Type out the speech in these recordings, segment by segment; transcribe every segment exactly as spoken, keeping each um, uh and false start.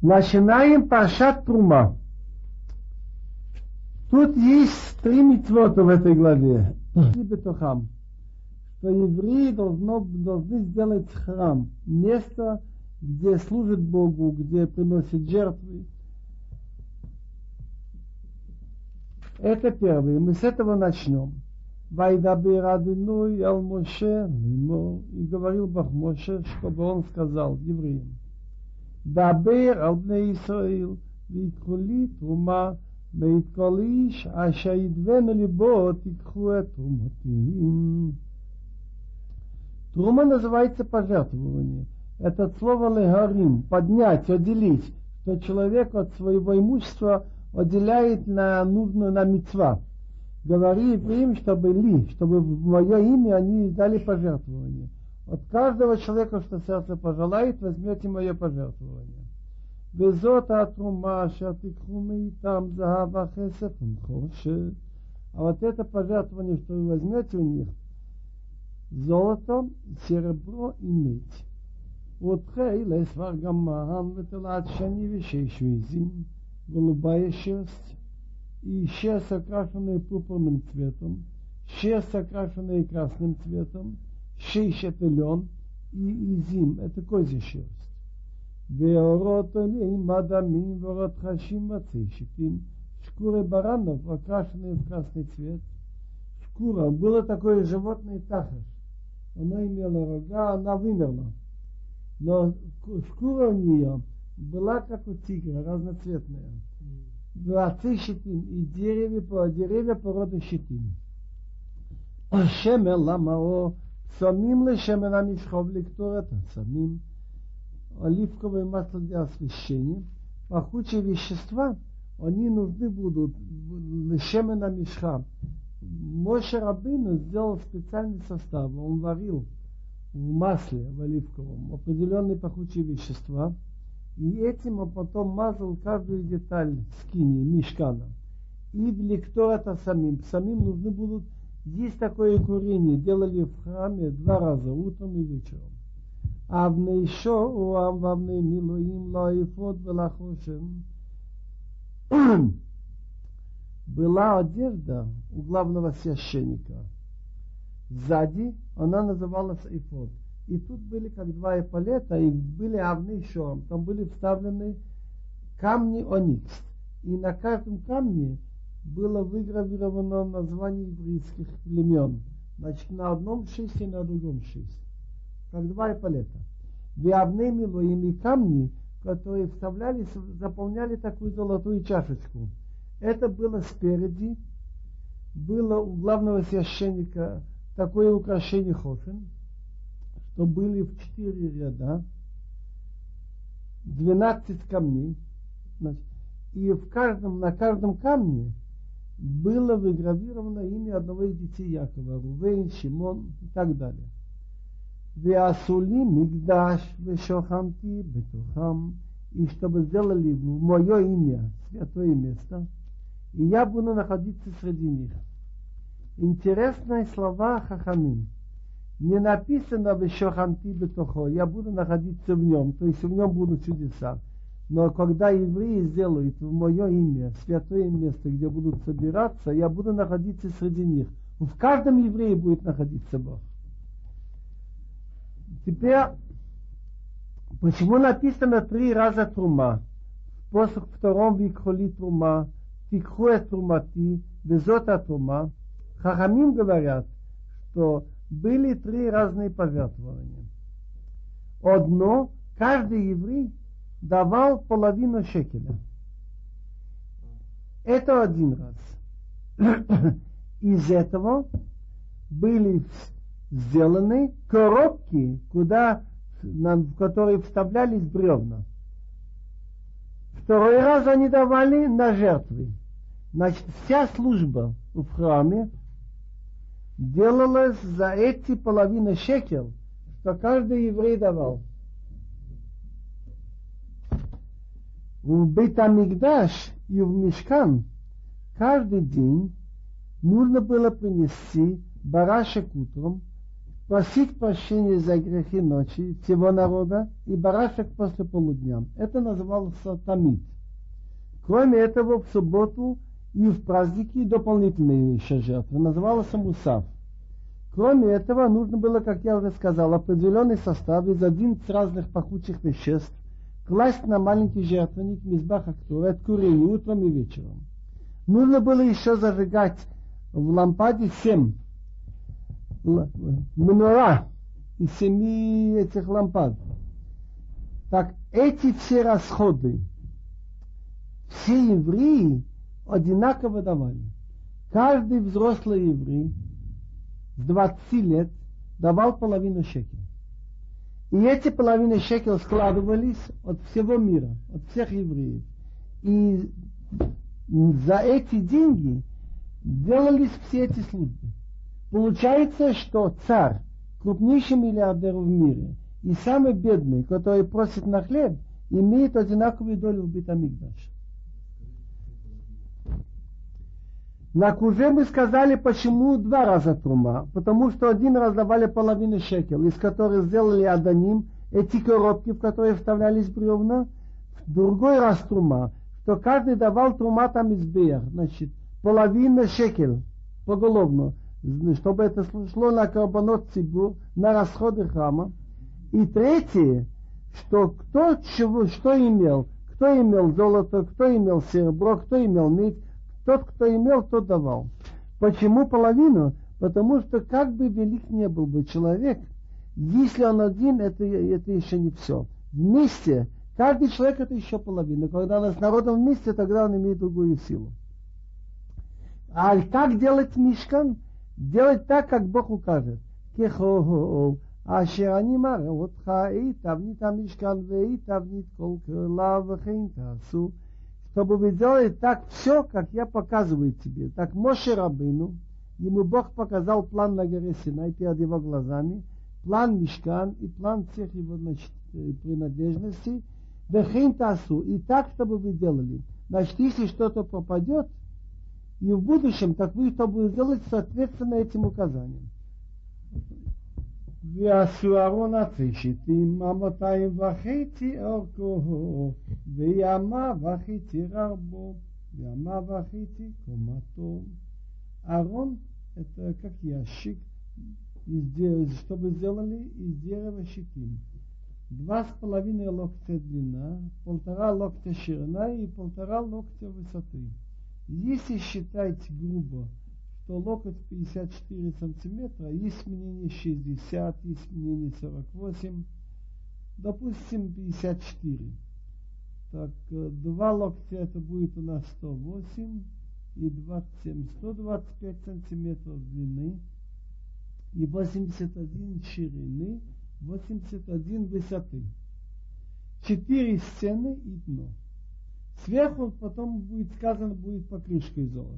Начинаем паршат Трума. Тут есть три мицвота в этой главе. Бетухам. Что евреи должно, должны сделать храм. Место, где служат Богу, где приносят жертвы. Это первое. Мы с этого начнем. Вайдабер Адонай ал Моше лимор. И говорил Бог Моше, чтобы он сказал евреям. Дабер ал бней Исраил. ויקחו לי תרומה מאת כל איש אשר ידבנו ליבו תיקחו את תרומותיהם. Трума называется пожертвование. Это слово легарим, поднять, отделить, что человек от своего имущества отделяет на нужную, на мицва. Говори им, чтобы ли, чтобы в мое имя они дали пожертвование. От каждого человека, что сердце пожелает, возьмете мое пожертвование. וזאת התרומה אשר תיקחו מאיתם זהב וכסף ונחושת. А вот это пожертвование, что вы возьмете у них, золото, серебро и медь. Вот хей лесвар гамман ветелат шани вишеш визин, голубая шерсть, и шерсть, окрашенная пурпурным цветом, шерсть, окрашенная красным цветом, шиш это лен, и изим это козья шерсть. ואורות עולים אדמים ואורות חשים וציישתים, шкуры баранов, окрашенные в красный цвет. Шкура, было такое животное тахаш. Она имела рога, она вымерла. Но шкура у нее была как у тигра, разноцветная. Вацейшитим и деревья, деревья породы щитим. Шемел ламао, самим ли шемена мишхов лекторат, самим. Оливковое масло для освещения, пахучие вещества, они нужны будут лешемена мишха. Моше Рабейну сделал специальный состав, он варил в масле, в оливковом, определенные пахучие вещества, и этим он потом мазал каждую деталь скини, мишкана. И в лектората самим, самим нужны будут, есть такое курение, делали в храме два раза, утром и вечером. אבני שור ואבני מילואים לא יפות ולחושם. Была одежда у главного священника. Сзади она называлась эфод. И тут были как два эполета, и были авны шор. Там были вставлены камни оникс. И на каждом камне было выгравировано название еврейских племен. Значит, на одном шесть и на другом шесть. Как два эполета. Виавны милоим и камни, которые вставлялись, заполняли такую золотую чашечку. Это было спереди, было у главного священника такое украшение хошин, что были в четыре ряда, двенадцать камней, значит, и в каждом, на каждом камне было выгравировано имя одного из детей Якова, Рувейн, Шимон и так далее. ועשו לי מקדש ושוכנתי בתוכם, и чтобы сделали в мое имя святое место, и я буду находиться среди них. Интересные слова хахамим. Не написано «вешоханти бетохо», я буду находиться в нем, то есть в нем будут чудеса. Но когда евреи сделают в мое имя святое место, где будут собираться, я буду находиться среди них. В каждом еврее будет находиться Бог. Теперь, почему написано три раза трума? В посох втором викхоли трума, тикху эт трумати, безота трума. Хахамим говорят, что были три разные пожертвования. Одно, каждый еврей давал половину шекеля. Это один раз. Из этого были сделаны коробки, куда, в которые вставлялись бревна. Второй раз они давали на жертвы. Значит, вся служба в храме делалась за эти половины шекел, что каждый еврей давал. В Бейт-Амикдаш и в Мишкан каждый день нужно было принести барашек утром, просить прощения за грехи ночи всего народа и барашек после полудня. Это называлось тамид. Кроме этого, в субботу и в праздники дополнительные еще жертвы. Называлось мусав. Кроме этого, нужно было, как я уже сказал, определенный состав из одиннадцати разных пахучих веществ класть на маленький жертвенник мизбах актура от курения утром и вечером. Нужно было еще зажигать в лампаде семь минора из семи этих лампад. Так эти все расходы все евреи одинаково давали. Каждый взрослый еврей с двадцати лет давал половину шекеля. И эти половины шекеля складывались от всего мира, от всех евреев. И за эти деньги делались все эти службы. Получается, что царь, крупнейший миллиардер в мире, и самый бедный, который просит на хлеб, имеет одинаковую долю в Бейт-Амикдаш. На куже мы сказали, почему два раза трума. Потому что один раз давали половину шекел, из которых сделали аданим, эти коробки, в которые вставлялись бревна. В другой раз трума, что каждый давал трума там из беер, значит, половина шекел поголовно, чтобы это шло на карбонот цибур, на расходы храма. И третье, что кто чего, что имел, кто имел золото, кто имел серебро, кто имел медь, тот, кто имел, тот давал. Почему половину? Потому что как бы велик не был бы человек, если он один, это, это еще не все. Вместе, каждый человек это еще половина. Когда он с народом вместе, тогда он имеет другую силу. А как делать мишкан? Делать так, как Бог укажет. Кехо אשר אני מראה אותך, אי תבנית המשכן ואי תבנית כל כליו וכן תעשו. Чтобы вы делали так все, как я показываю тебе. Так Моше Рабейну, ему Бог показал план на горе Синай перед его глазами, план Мишкан и план всех его, значит, принадлежностей. Вехен тасу. И так, чтобы вы делали. Значит, если что-то пропадет, и в будущем, так вы что будете делать соответственно этим указаниям. ועשו ארון הצישיתים המאתיים וחצי אורכו וימה וחצי רבו וימה וחצי קומתו. Арон это как ящик, чтобы сделали из дерева щитим. Два с половиной локтя длина, полтора локтя ширина и полтора локтя высоты. Если считать грубо, то локоть пятьдесят четыре сантиметра, есть мнение шестьдесят, есть мнение сорок восемь, допустим пятьдесят четыре. Так, два локтя это будет у нас сто восемь и двадцать семь, сто двадцать пять сантиметров длины и восемьдесят один ширины, восемьдесят один высоты. Четыре стены и дно. Сверху потом будет сказано, будет покрышка из золота.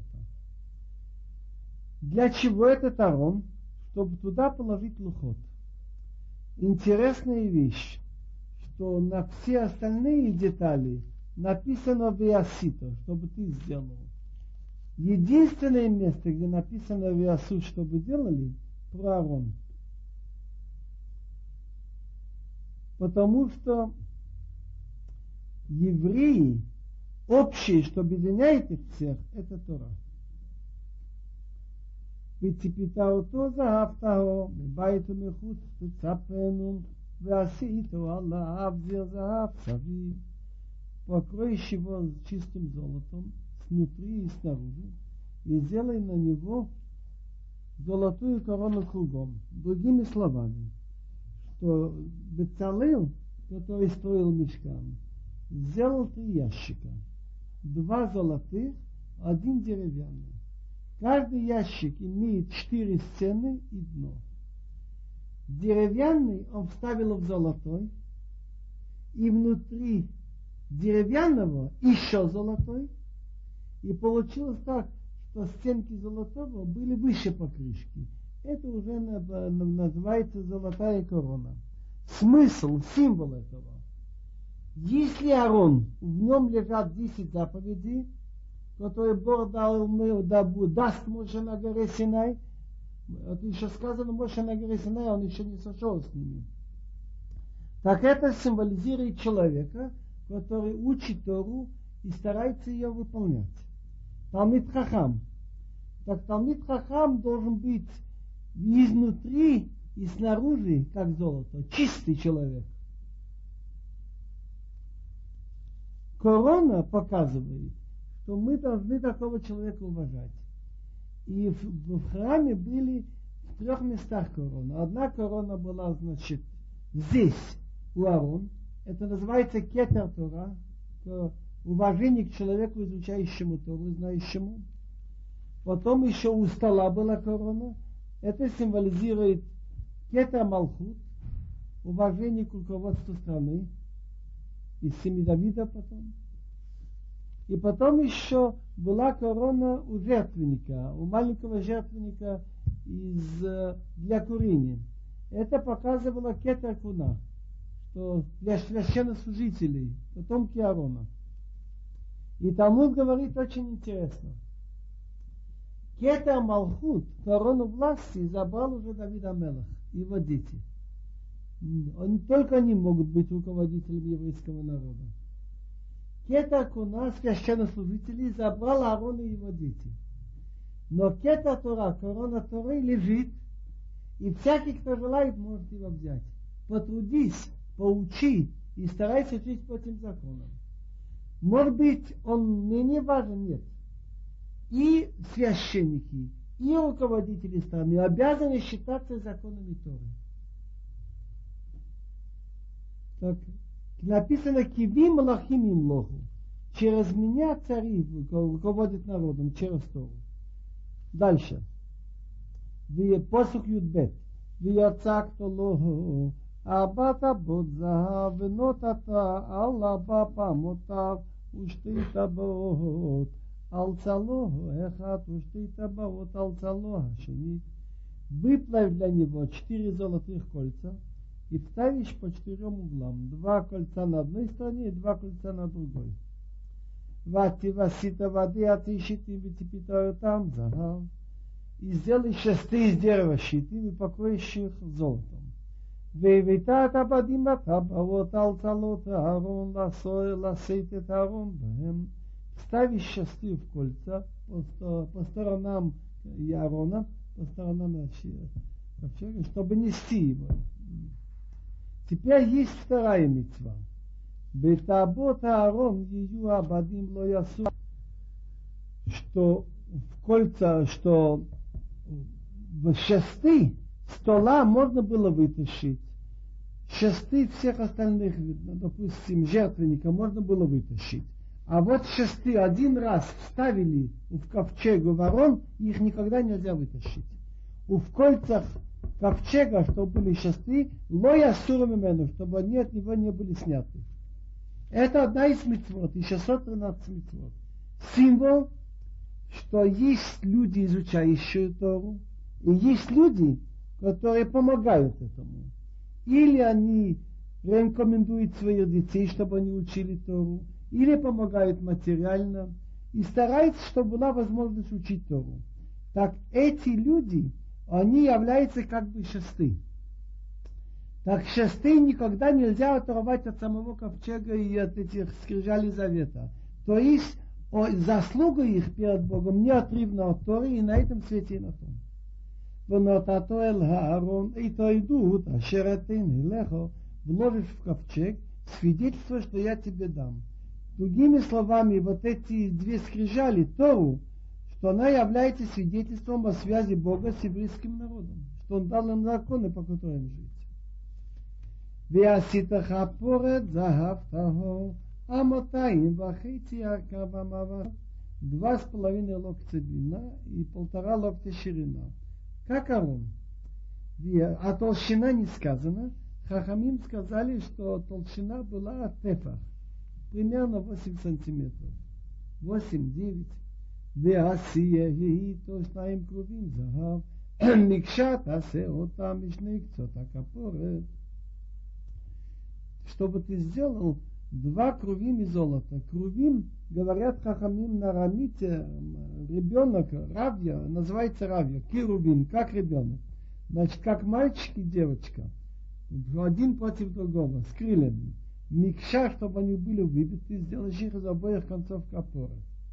Для чего этот арон? Чтобы туда положить лухот. Интересная вещь, что на все остальные детали написано веасито, чтобы ты сделал. Единственное место, где написано веасу, чтобы делали, про арон. Потому что евреи, общее, что объединяет их всех, это Тора. וציפית אותו זהבתהו מבית ומחוץ תצפנו ועשיתו עליו זר זהב סביב. Покроешь его чистым золотом снутри и снаружи и сделай на него золотую корону кругом. Другими словами, что Бецалел, который строил мишкан, сделал три ящика. Два золотых, один деревянный. Каждый ящик имеет четыре стены и дно. Деревянный он вставил в золотой, и внутри деревянного еще золотой, и получилось так, что стенки золотого были выше покрышки. Это уже называется золотая корона. Смысл, символ этого. Если арон, в нем лежат десять заповедей, который Бог дал, даст Моше на горе Синай, Это еще сказано, Моше на горе Синай, он еще не сошел с ними. Так это символизирует человека, который учит Тору и старается ее выполнять. Талмид Хахам. Так Талмид Хахам должен быть изнутри и снаружи, как золото, чистый человек. Корона показывает, что мы должны такого человека уважать. И в, в храме были в трех местах корона. Одна корона была, значит, здесь, у Аарона. Это называется кетер Тора, уважение к человеку, изучающему Тору, знающему. Потом еще у стола была корона. Это символизирует кетер Малхут, уважение к руководству страны, из семьи Давида потом. И потом еще была корона у жертвенника, у маленького жертвенника из, для курения. Это показывало кетер Куна, что для священнослужителей, потомки Аарона. И Талмуд говорит очень интересно. Кетер Малхут, корону власти, забрал уже Давид ха-Мелех, его дети. Он, только они могут быть руководителями еврейского народа. Кетер Куна, священнослужителей, забрал Аарон и его дети. Но кетер Тора, корона Торы, лежит, и всякий, кто желает, может его взять. Потрудись, поучи и старайся жить по этим законам. Может быть, он менее важен, нет. И священники, и руководители страны обязаны считаться законами Торы. Так, написано «Киви малахим им лоху». Через меня цари руководят народом, через Тору. Дальше. Посух Юдбет. ויצקת לו ארבעת אבות זהב ונתת על ארבע פעמותיו ושתי טבעות על צלו אחד ושתי טבעות על צלו השני. Выплавь для него четыре золотых кольца и вставишь по четырем углам. Два кольца на одной стороне и два кольца на другой. Вати васита воды отыщите битипитаю там загав. И сделай шесты из дерева щиты и покроешь их золотом. והבאת הבדים בטבעות על צלות הארון לשאת את הארון בהם. Ставишь шесты в кольца по, по сторонам Аарона, по сторонам ковчега, чтобы нести его. Теперь есть вторая мицва. Бетабот Аарон ее абадим ло ясу, что в кольца, что в шесты стола можно было вытащить. Шесты всех остальных, допустим, жертвенника можно было вытащить. А вот шесты один раз вставили в ковчег ворон, их никогда нельзя вытащить. У в кольцах ковчега, чтобы были шесты, лоя сурамимену, чтобы они от него не были сняты. Это одна из мицвот, и шестьсот тринадцать мицвот. Символ, что есть люди, изучающие Тору, и есть люди, которые помогают этому. Или они рекомендуют своих детей, чтобы они учили Тору, или помогают материально, и стараются, чтобы была возможность учить Тору. Так эти люди, они являются как бы шесты. Так шесты никогда нельзя оторвать от самого ковчега и от этих скрижалей завета. То есть о, заслуга их перед Богом неотрывна от Торы и на этом свете и на том. ונתתו אל הארון את העדות אשר אתן לך вложишь в ковчег свидетельство, что я тебе дам. Другими словами, вот эти две скрижали, Тору, что она является свидетельством о связи Бога с еврейским народом, что Он дал им законы, по которым жить. ועשית חפורת זהב טהור המאתיים וחצי ארכה ומעבר, два с половиной локтя длина и полтора локтя ширина. Как Аарон. А толщина не сказано. Хахамим сказали, что толщина была от тефах. Примерно восемь сантиметров. восемь-девять. ועשייה איתו שניים קרובים זהב. מקשה תעשה אותם משני קצות הכפורת. Чтобы ты сделал два крувим из золота. Крувим, говорят хахамим на арамите, ребенок, равья, называется равья, кирувим, как ребенок. Значит, как мальчик и девочка, один против другого, с крыльями. Микша, чтобы они были выбиты, сделаешь их из обоих концов капоры.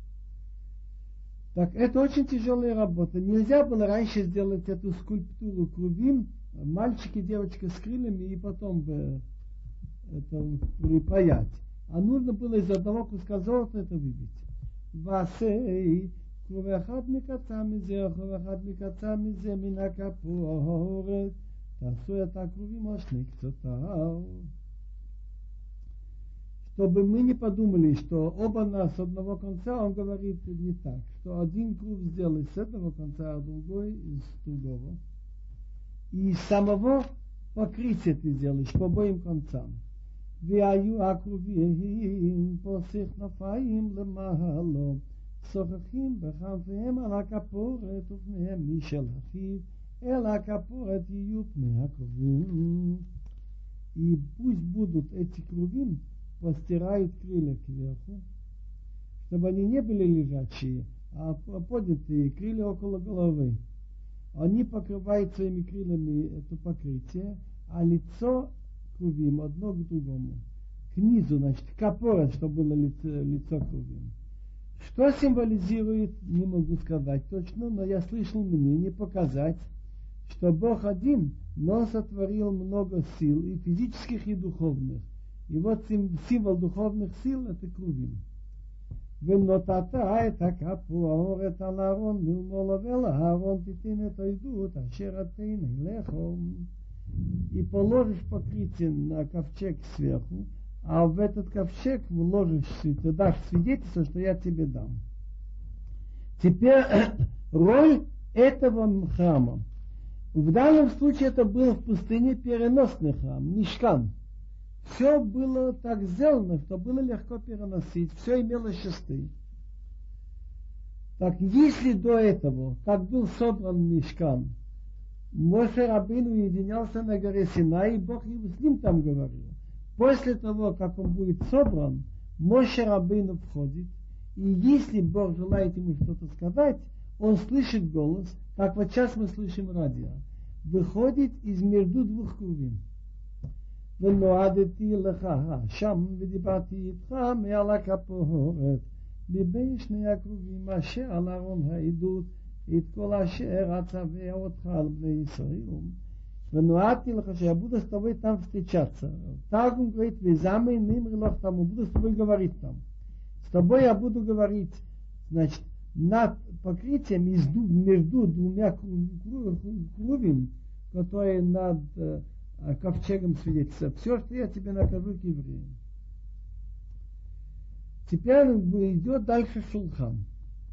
Так, это очень тяжелая работа. Нельзя было раньше сделать эту скульптуру крувим, мальчик и девочка с крыльями, и потом бы это припаять. А нужно было из одного куска золота это выбить. Васей, кровехат микаца мизе, кровехат микаца мизе, мина капорет, тасу это крувим ашник цотау. Чтобы мы не подумали, что оба нас с одного конца, он говорит не так, что один круг сделай с этого конца, а другой из другого. И из самого покрытия ты делаешь по обоим концам. והיו הכרובים פוסח נפיים למעלו, שוחחים בכנפיהם על הכפורת ופניהם משל אחיו, אל הכפורת יהיו פני הכרובים. И пусть будут эти крувим, постирают крылья кверху, чтобы они не были лежачие, а поднятые крылья около головы. Они покрывают своими крыльями это покрытие, а лицо крувим одно к другому. К низу, значит, капора, чтобы было лицо, лицо крувим. Что символизирует, не могу сказать точно, но я слышал мнение показать, что Бог один, но сотворил много сил, и физических, и духовных. И вот символ духовных сил это крувим. ונותת את הכפורת על הארון מלמעלה ואל הארון תיתן את העדות אשר אתן אליכם. И положишь покрытие на ковчег сверху, а в этот ковчег вложишь, ты дашь свидетельство, что я тебе дам. Теперь роль этого храма. В данном случае это был в пустыне переносный храм, мишкан. Все было так сделано, что было легко переносить, все имело шесты. Так если до этого, как был собран мишкан, Моше Рабейну уединялся на горе Синай, и Бог с ним там говорил. После того, как он будет собран, Моше Рабейну входит, и если Бог желает ему что-то сказать, он слышит голос, как вот сейчас мы слышим радио, выходит из между двух крувим. ונועדתי לך שם ודיברתי איתך מעל הכפורת מבין שני הכרובים אשר על ארון העדות את כל אשר אצווה אותך על בני ישראל. ונועדתי לך что я буду с тобой там встречаться. Так он говорит, везамый нимрилах там, буду с тобой говорить там. С тобой я буду говорить, значит, над покрытием между двумя крувим, которые над ковчегом свидетельства. Все, что я тебе накажу к евреям. Теперь идет дальше шулхан.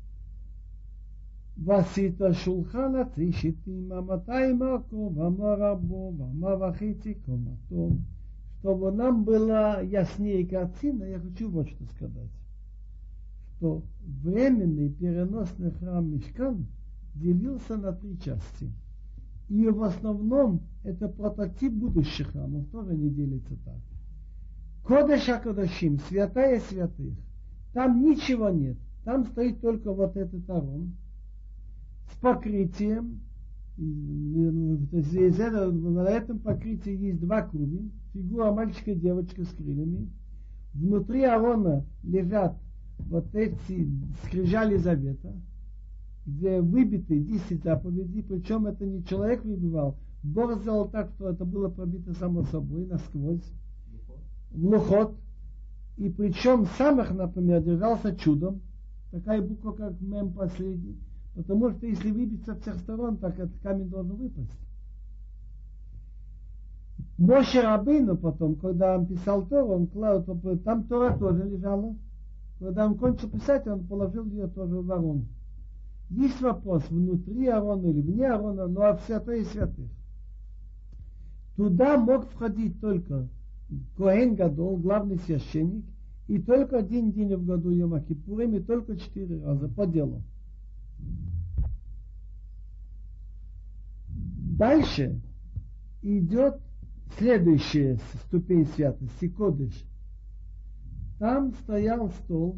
Васита шулхана тришитим аматаим аков амарабо амавахити коматом. Чтобы нам была яснее картина, я хочу вот что сказать. Что временный переносный храм Мишкан делился на три части. И в основном это прототип будущих храмов, тоже не делится так. Кодеш Акодашим, святая святых, там ничего нет. Там стоит только вот этот арон с покрытием. На этом покрытии есть два крувим, фигура мальчика и девочка с крыльями. Внутри арона лежат вот эти скрижали завета, где выбиты десять заповедей, причем это не человек выбивал, Бог сделал так, что это было пробито само собой насквозь, в лухот, и причем самых, например, держался чудом, такая буква, как мем последний, потому что если выбить со всех сторон, так этот камень должен выпасть. Моше Рабейну потом, когда он писал Тору, он клал, там Тора тоже лежала, когда он кончил писать, он положил ее тоже в арон. Есть вопрос, внутри арона или вне арона, но а в святой святых. Туда мог входить только Коэн Гадол, главный священник, и только один день в году Йом Кипурим, и только четыре раза по делу. Дальше идет следующая ступень святости, Кодеш. Там стоял стол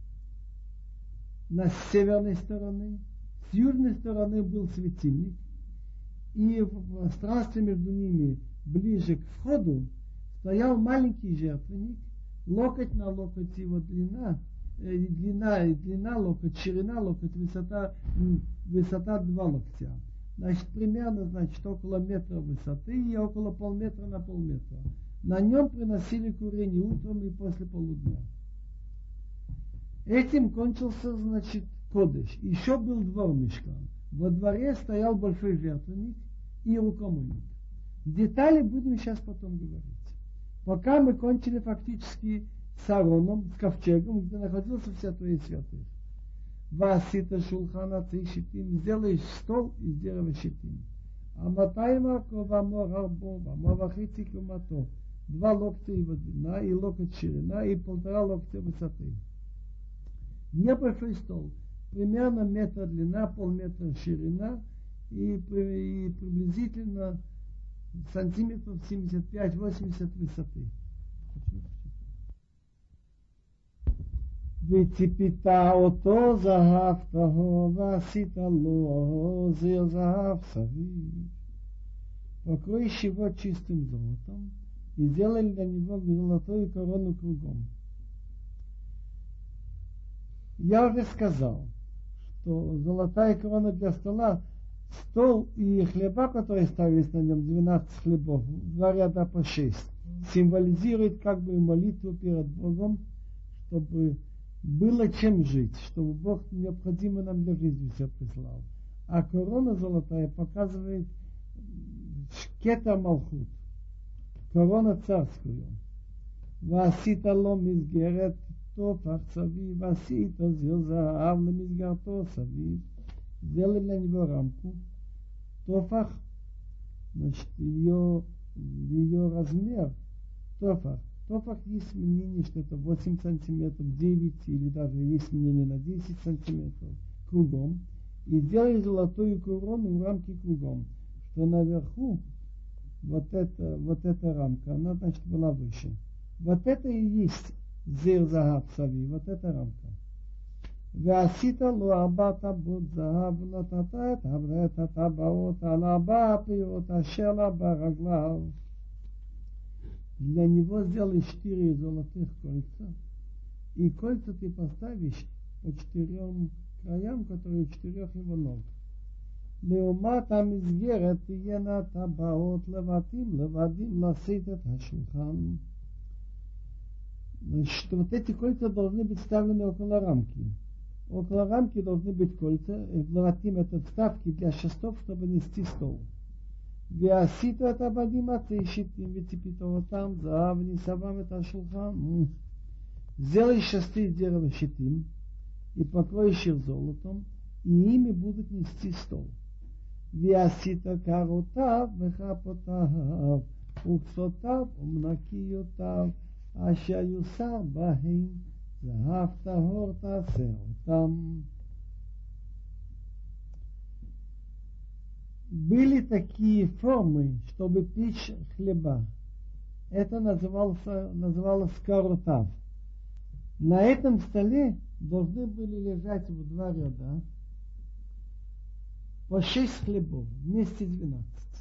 на северной стороне, с южной стороны был светильник, и в пространстве между ними, ближе к входу, стоял маленький жертвенник, локоть на локоть его длина, э, длина, длина локоть, ширина локоть, высота, высота два локтя. Значит, примерно, значит, около метра высоты и около полметра на полметра. На нем приносили курение утром и после полудня. Этим кончился, значит, кодеш. Еще был двор мишкан. Во дворе стоял большой жертвенник и рукомойник. Детали будем сейчас потом говорить. Пока мы кончили фактически с Ароном, с ковчегом, где находился вся твоя святых. Васита шулхана цей щитим, сделаешь стол из дерева щитим. А матайма ковамо рабова, мавахити кумато. Два локтя его длина и локоть ширина и полтора локтя высоты. Небольшой стол, примерно метр длина, полметра ширина и, и приблизительно сантиметров семьдесят пять восемьдесят высоты. וציפית אותו זהב טהור ועשית לו זר זהב סביב. Покроешь его чистым золотом и сделали для него золотую корону кругом. Я уже сказал, что золотая корона для стола, стол и хлеба, которые ставились на нем, двенадцать хлебов, два ряда по шесть, символизирует как бы молитву перед Богом, чтобы было чем жить, чтобы Бог необходимо нам для жизни все прислал. А корона золотая показывает шкета малхут, корона царскую. Васита ло мизгерет тофах савив, васита зил заав ле мизгарто савив. Сделали для него рамку. Тофах, значит, ее, ее размер, тофах. Тофах есть мнение, что это восемь сантиметров, девять или даже есть мнение на десять сантиметров кругом. И сделали золотую корону в рамке кругом, что наверху вот эта, вот эта рамка, она, значит, была выше. Вот это и есть зер загав сави, вот эта рамка. ועשית לו ארבע טבעות זהב ונתת את הברית הטבעות על ארבע הפיות אשר לה ברגליו. Для него сделай четыре золотых кольца, и кольца ты поставишь по четырем краям, которые у четырех его ног. לעומת המסגרת תהיינה טבעות לבטים לבדים לשאת את השולחן. Что вот эти кольца должны быть вставлены около рамки. Около рамки должны быть кольца, лаватим это вставки для шестов, чтобы нести стол. ועשית את הבדים הצעישיתים וציפית אותם זהב ונשאבם את השולחן. Сделай шесты из дерева щитим и покроешь их золотом, и ими будут нести стол. ועשית קרותיו וכפותיו וקצותיו ומנקיותיו אשר יוסר בהם זהב טהור תעשה אותם. Были такие формы, чтобы печь хлеба. Это назывался, называлось каротав. На этом столе должны были лежать в два ряда по шесть хлебов, вместе двенадцать.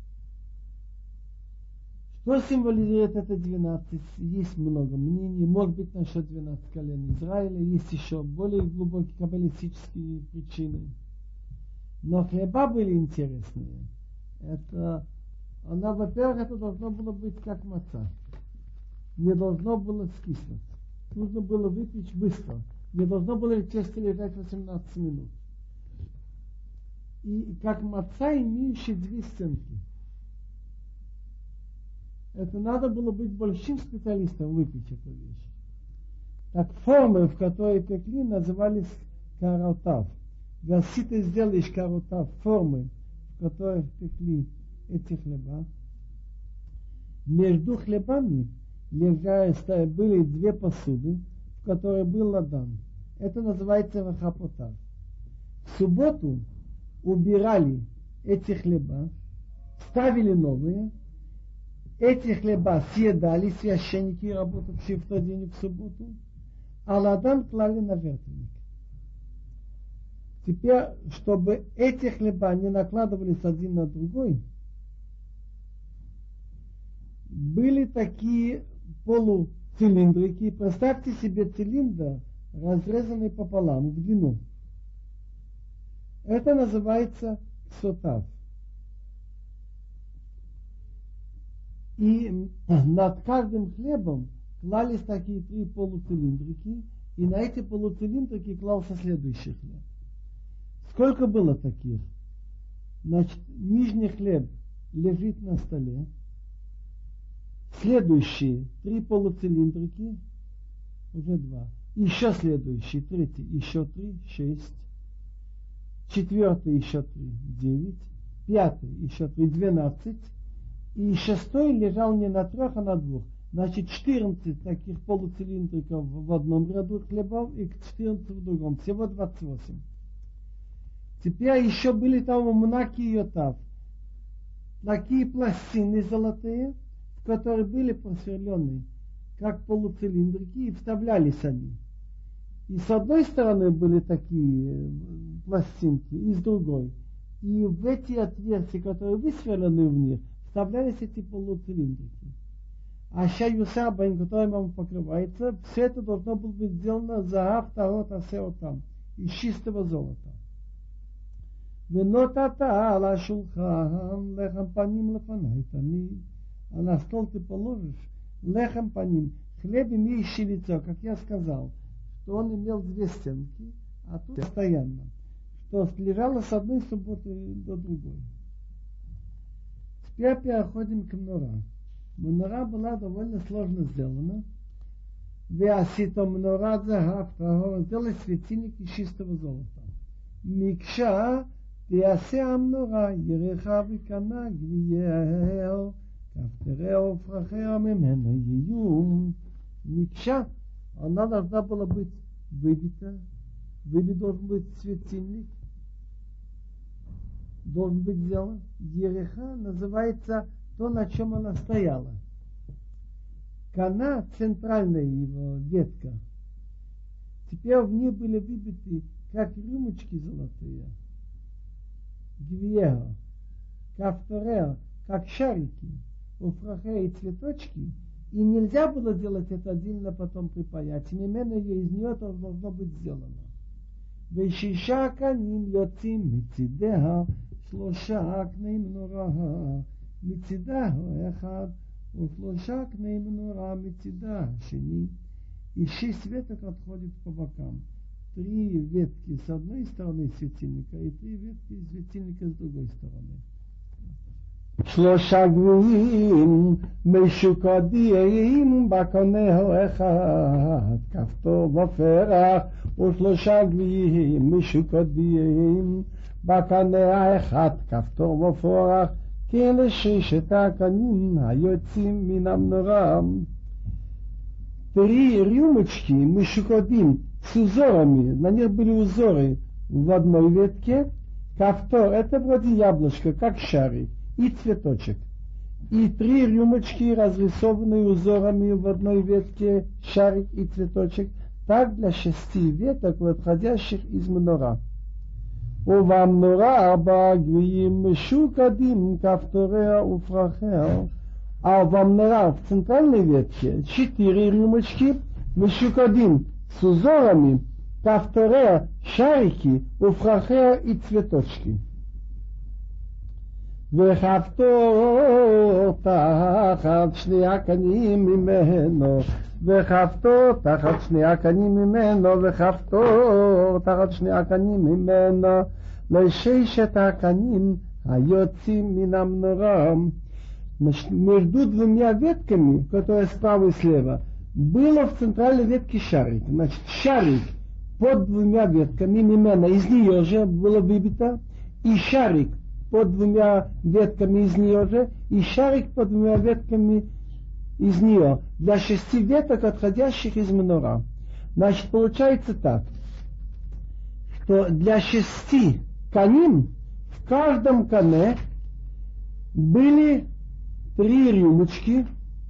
Что символизирует это двенадцать? Есть много мнений. Может быть, насчет двенадцати колен Израиля. Есть еще более глубокие каббалистические причины. Но хлеба были интересные. Это, она, во-первых, это должно было быть как маца. Не должно было скиснуть. Нужно было выпечь быстро. Не должно было тесто лежать восемнадцать минут. И как маца, имеющая две стенки. Это надо было быть большим специалистом выпечь эту вещь. Так формы, в которые пекли, назывались каротав. Если ты сделаешь каротав формы, в которых пекли эти хлеба, между хлебами лежали, были две посуды, в которых был ладан. Это называется вахапотав. В субботу убирали эти хлеба, ставили новые. эти хлеба съедали священники, работавшие в тот день в субботу, а ладан клали на жертвенник. Теперь, чтобы эти хлеба не накладывались один на другой, были такие полуцилиндрики. Представьте себе цилиндр, разрезанный пополам в длину. Это называется ксотав. И над каждым хлебом клались такие три полуцилиндрики, и на эти полуцилиндрики клался следующий хлеб. Сколько было таких? Значит, нижний хлеб лежит на столе, следующие три полуцилиндрики, уже два, еще следующий, третий, еще три, шесть, четвертый, еще три, девять, пятый, еще три, двенадцать, и шестой лежал не на трех, а на двух. Значит, четырнадцать таких полуцилиндриков в одном ряду хлебов и четырнадцать в другом. Всего двадцать восемь. Теперь еще были там мнаки и йотав. Такие пластины золотые, в которые были просверлены, как полуцилиндрики, и вставлялись они. И с одной стороны были такие пластинки, и с другой. И в эти отверстия, которые высверлены в них, вставлялись эти полуцилиндрики. А шаюсабайн, который вам покрывается, все это должно было быть сделано за тарот асеотам, из чистого золота. Венотата ала шулхан лехам паним лефанай тамид. А на стол ты положишь лехам паним, хлеб, имеющий лицо, как я сказал, что он имел две стенки, а тут постоянно, что лежало с одной субботы до другой. Теперь переходим к мнора. Мнора была довольно сложно сделана. Веасито мнора захав, сделали светильник из чистого золота. Микша тиасе мнора ереха викана гвиео кафтерео фрахео мемена еюм. Микша, она должна была быть выбита. Выбит должен быть светильник. Должен быть сделан. Ереха называется то, на чем она стояла. Кана, центральная его ветка. Теперь в ней были выбиты как рюмочки золотые. Гвиео. Кафторео, как шарики. Уфрахе и цветочки. И нельзя было делать это отдельно, потом припаять. Именно из нее это должно быть сделано. ושישה קנים יוצאים מצידיה שלושה קני מנורה מצידה האחד ושלושה קני מנורה מצידה השני. И шесть веток отходит по бокам. Три ветки с одной стороны светильника и три ветки светильника с другой стороны. שלושה גביעים משוקדים בקנה אחד, כפתור ופרח, ושלושה גביעים משוקדים בקנה האחד, כפתור ופרח, כן לששת הקנים היוצאים מן המנורה. Три рюмочки мешукодим с узорами, на них были узоры в одной ветке, кафтор, это вроде яблочко, как шарик, и цветочек. И три рюмочки, разрисованные узорами в одной ветке, шарик и цветочек, так для шести веток, выходящих из мнора. ובמנורה ארבע גביעים משוקדים כפתוריה ופרחיה. А в мнора в центральной ветке четыре рюмочки мешукадим с узорами, кафторея, шарики, уфрахея и цветочки. וחפתו תחת שני הקנים ממנו, וחפתו תחת שני הקנים ממנו, וחפתו תחת שני הקנים ממנו, לששת הקנים היוצאים מן המנורה. Между двумя ветками, которые справа и слева, было в центральной ветке шарик. Значит, шарик под двумя ветками, мимена, из нее же было выбито, и шарик под двумя ветками из нее же, и шарик под двумя ветками из нее, для шести веток, отходящих из мнора. Значит, получается так, что для шести каним в каждом кане были три рюмочки,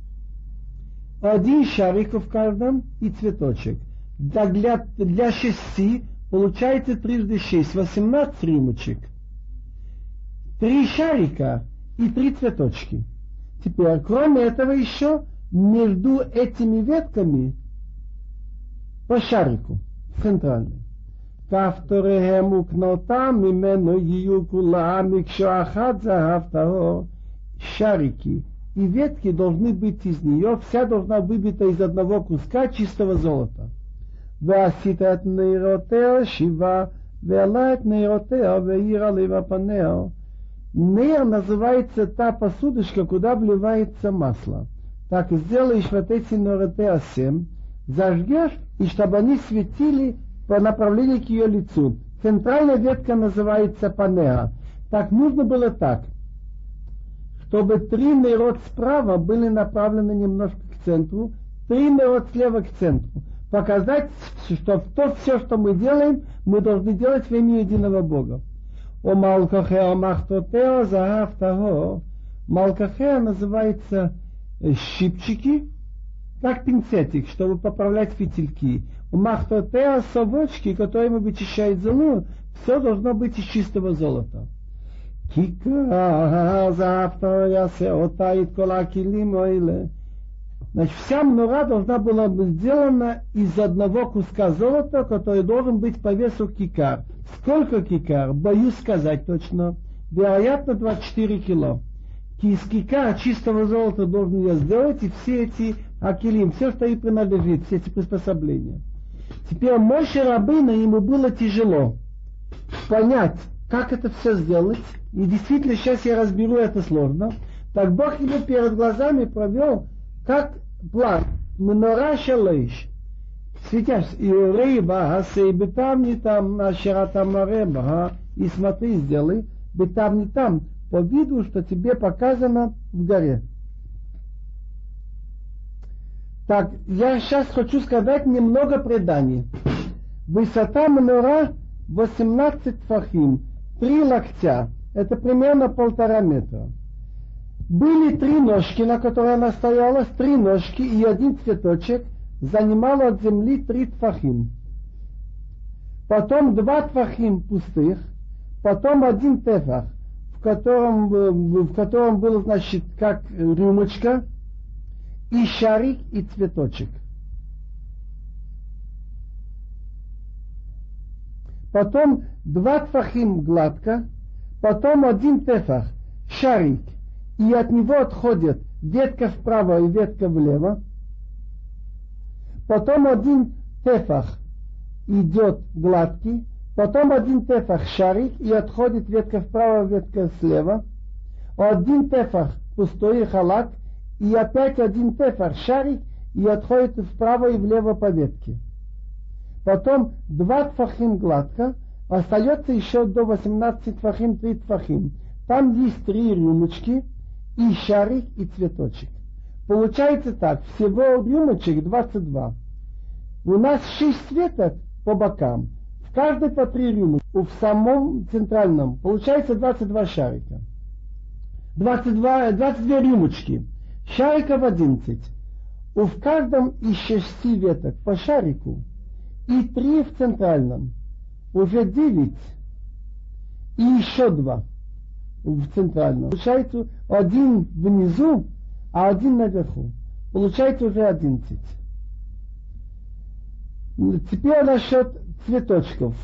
один шарик в каждом и цветочек. Для, для шести получается трижды шесть, восемнадцать рюмочек. Три шарика и три цветочки. Теперь, кроме этого еще, между этими ветками по шарику центральный. כפתוריהם וקנותם ממנו יהיו כולם מקשה אחת זהב טהור. Шарики и ветки должны быть из нее, вся должна выбита из одного куска чистого золота. ועשית את נרותיה שבעה, ועלה את נרותיה והאיר עליה פניה. Нейр называется та посудочка, куда вливается масло. Так сделаешь вот эти неротеа семь, зажгешь, и чтобы они светили по направлению к ее лицу. Центральная ветка называется панеа. Так нужно было так, чтобы три нейрот справа были направлены немножко к центру, три нейрот слева к центру. Показать, что то все, что мы делаем, мы должны делать в имя единого Бога. О Малкахеа Махтотео Загав Таго. Малкахеа называется щипчики, как пинцетик, чтобы поправлять фитильки. У Махтотео совочки, которыми вычищает золу, все должно быть из чистого золота. Кика завтра я се отает колакилим ойле. Значит, вся мнора должна была быть сделана из одного куска золота, который должен быть по весу кикар. Сколько кикар? Боюсь сказать точно. Вероятно, двадцать четыре кило. Из кикара чистого золота должен я сделать, и все эти акилим, все, что ей принадлежит, все эти приспособления. Теперь Моше Рабейну, ему было тяжело понять, как это все сделать. И действительно, сейчас я разберу, это сложно. Так Бог ему перед глазами провел, как план. Менора шалейш. Светясь, и рыба, асей, бетам не там, ашерата мареба, и смотри, сделай, бетам не там, по виду, что тебе показано в горе. Так, я сейчас хочу сказать немного преданий. Высота менора восемнадцать фахим, три локтя, это примерно полтора метра. Были три ножки, на которой она стояла, три ножки и один цветочек, занимало от земли три тфахим. Потом два тфахим пустых, потом один тефах, в котором, в котором было, значит, как рюмочка, и шарик, и цветочек. Потом два тфахим гладко, потом один тефах, шарик, и от него отходит ветка вправо и ветка влево. Потом один тефах идет гладкий, потом один тефах шарик, и отходит ветка вправо, ветка слева. Один тефах пустой халат, и опять один тефах шарик, и отходит вправо и влево по ветке. Потом два тфахим гладко, остается еще до восемнадцати тфахим, три тфахим. Там есть три рюмочки, и шарик, и цветочек. Получается так, всего рюмочек двадцать два. У нас шесть веток по бокам, в каждой по три рюмочки, в самом центральном. Получается двадцать два шарика. двадцать два, двадцать две рюмочки. Шариков одиннадцать. В каждом из шести веток по шарику и три в центральном. Уже девять. И еще два в центральном. Получается один внизу, а один наверху. Получается уже одиннадцать. Теперь насчет цветочков.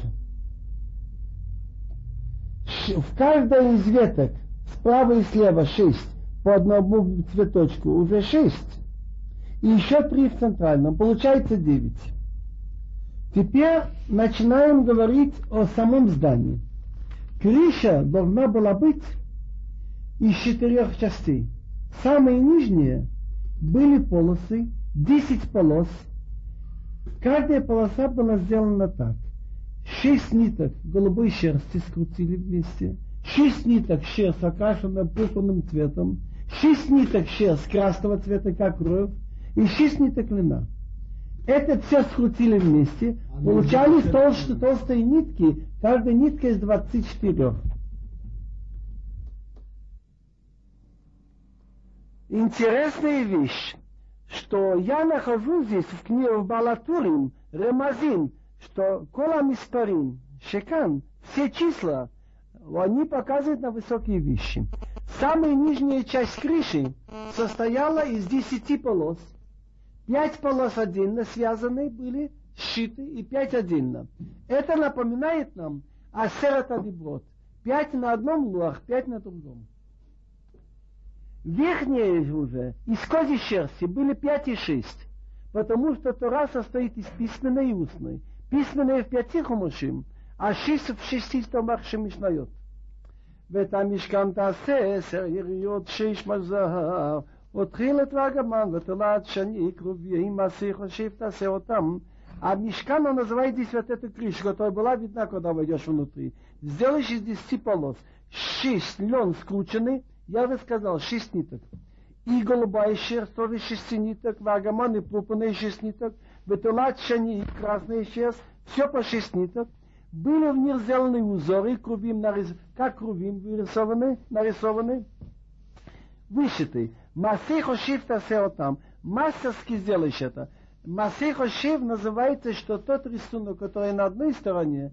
В каждой из веток справа и слева шесть. По одному цветочку уже шесть. И еще три в центральном. Получается девять. Теперь начинаем говорить о самом здании. Крыша должна была быть из четырех частей. Самые нижние были полосы, десять полос. Каждая полоса была сделана так. Шесть ниток голубой шерсти скрутили вместе. Шесть ниток шерсть окрашена пурпурным цветом. Шесть ниток шерсть красного цвета, как кровь. И шесть ниток льна. Это все скрутили вместе. А получались толстые, толстые нитки. Каждая нитка из двадцати четырёх. Интересная вещь, что я нахожу здесь в книге в Балатурим, Ремазин, что Кола Миспарин, Шекан, все числа, они показывают на высокие вещи. Самая нижняя часть крыши состояла из десяти полос. Пять полос отдельно связанные были, сшиты, и пять отдельно. Это напоминает нам Асерат Адиброт. Пять на одном луах, пять на другом. Верхние уже из козьей шерсти были пять и шесть, потому что Тора состоит из письменной и устной. Письменные в пяти хумушим, а шесть в шести томах Шемишнайот. ואת המשכן תעשה עשר יריות שש מזהב ותחיל את רגמן ותולעת שני קרובי מסי חושב תעשה אותם. А мишкан он называет здесь вот эту крышу, которая была видна, когда войдешь внутри. Сделаешь из десяти полос шесть лен скрученный, я бы сказал, шесть ниток. И голубая шерсть тоже шесть ниток, вагаман и пупанные шесть ниток, ветулат шани и красная шерсть, все по шесть ниток. Были в них сделаны узоры, крувим нарис... как крувим вырисованы, нарисованы, вышиты. Масейхо шив тасео там. Мастерски сделаешь это. Масейхо шив называется, что тот рисунок, который на одной стороне,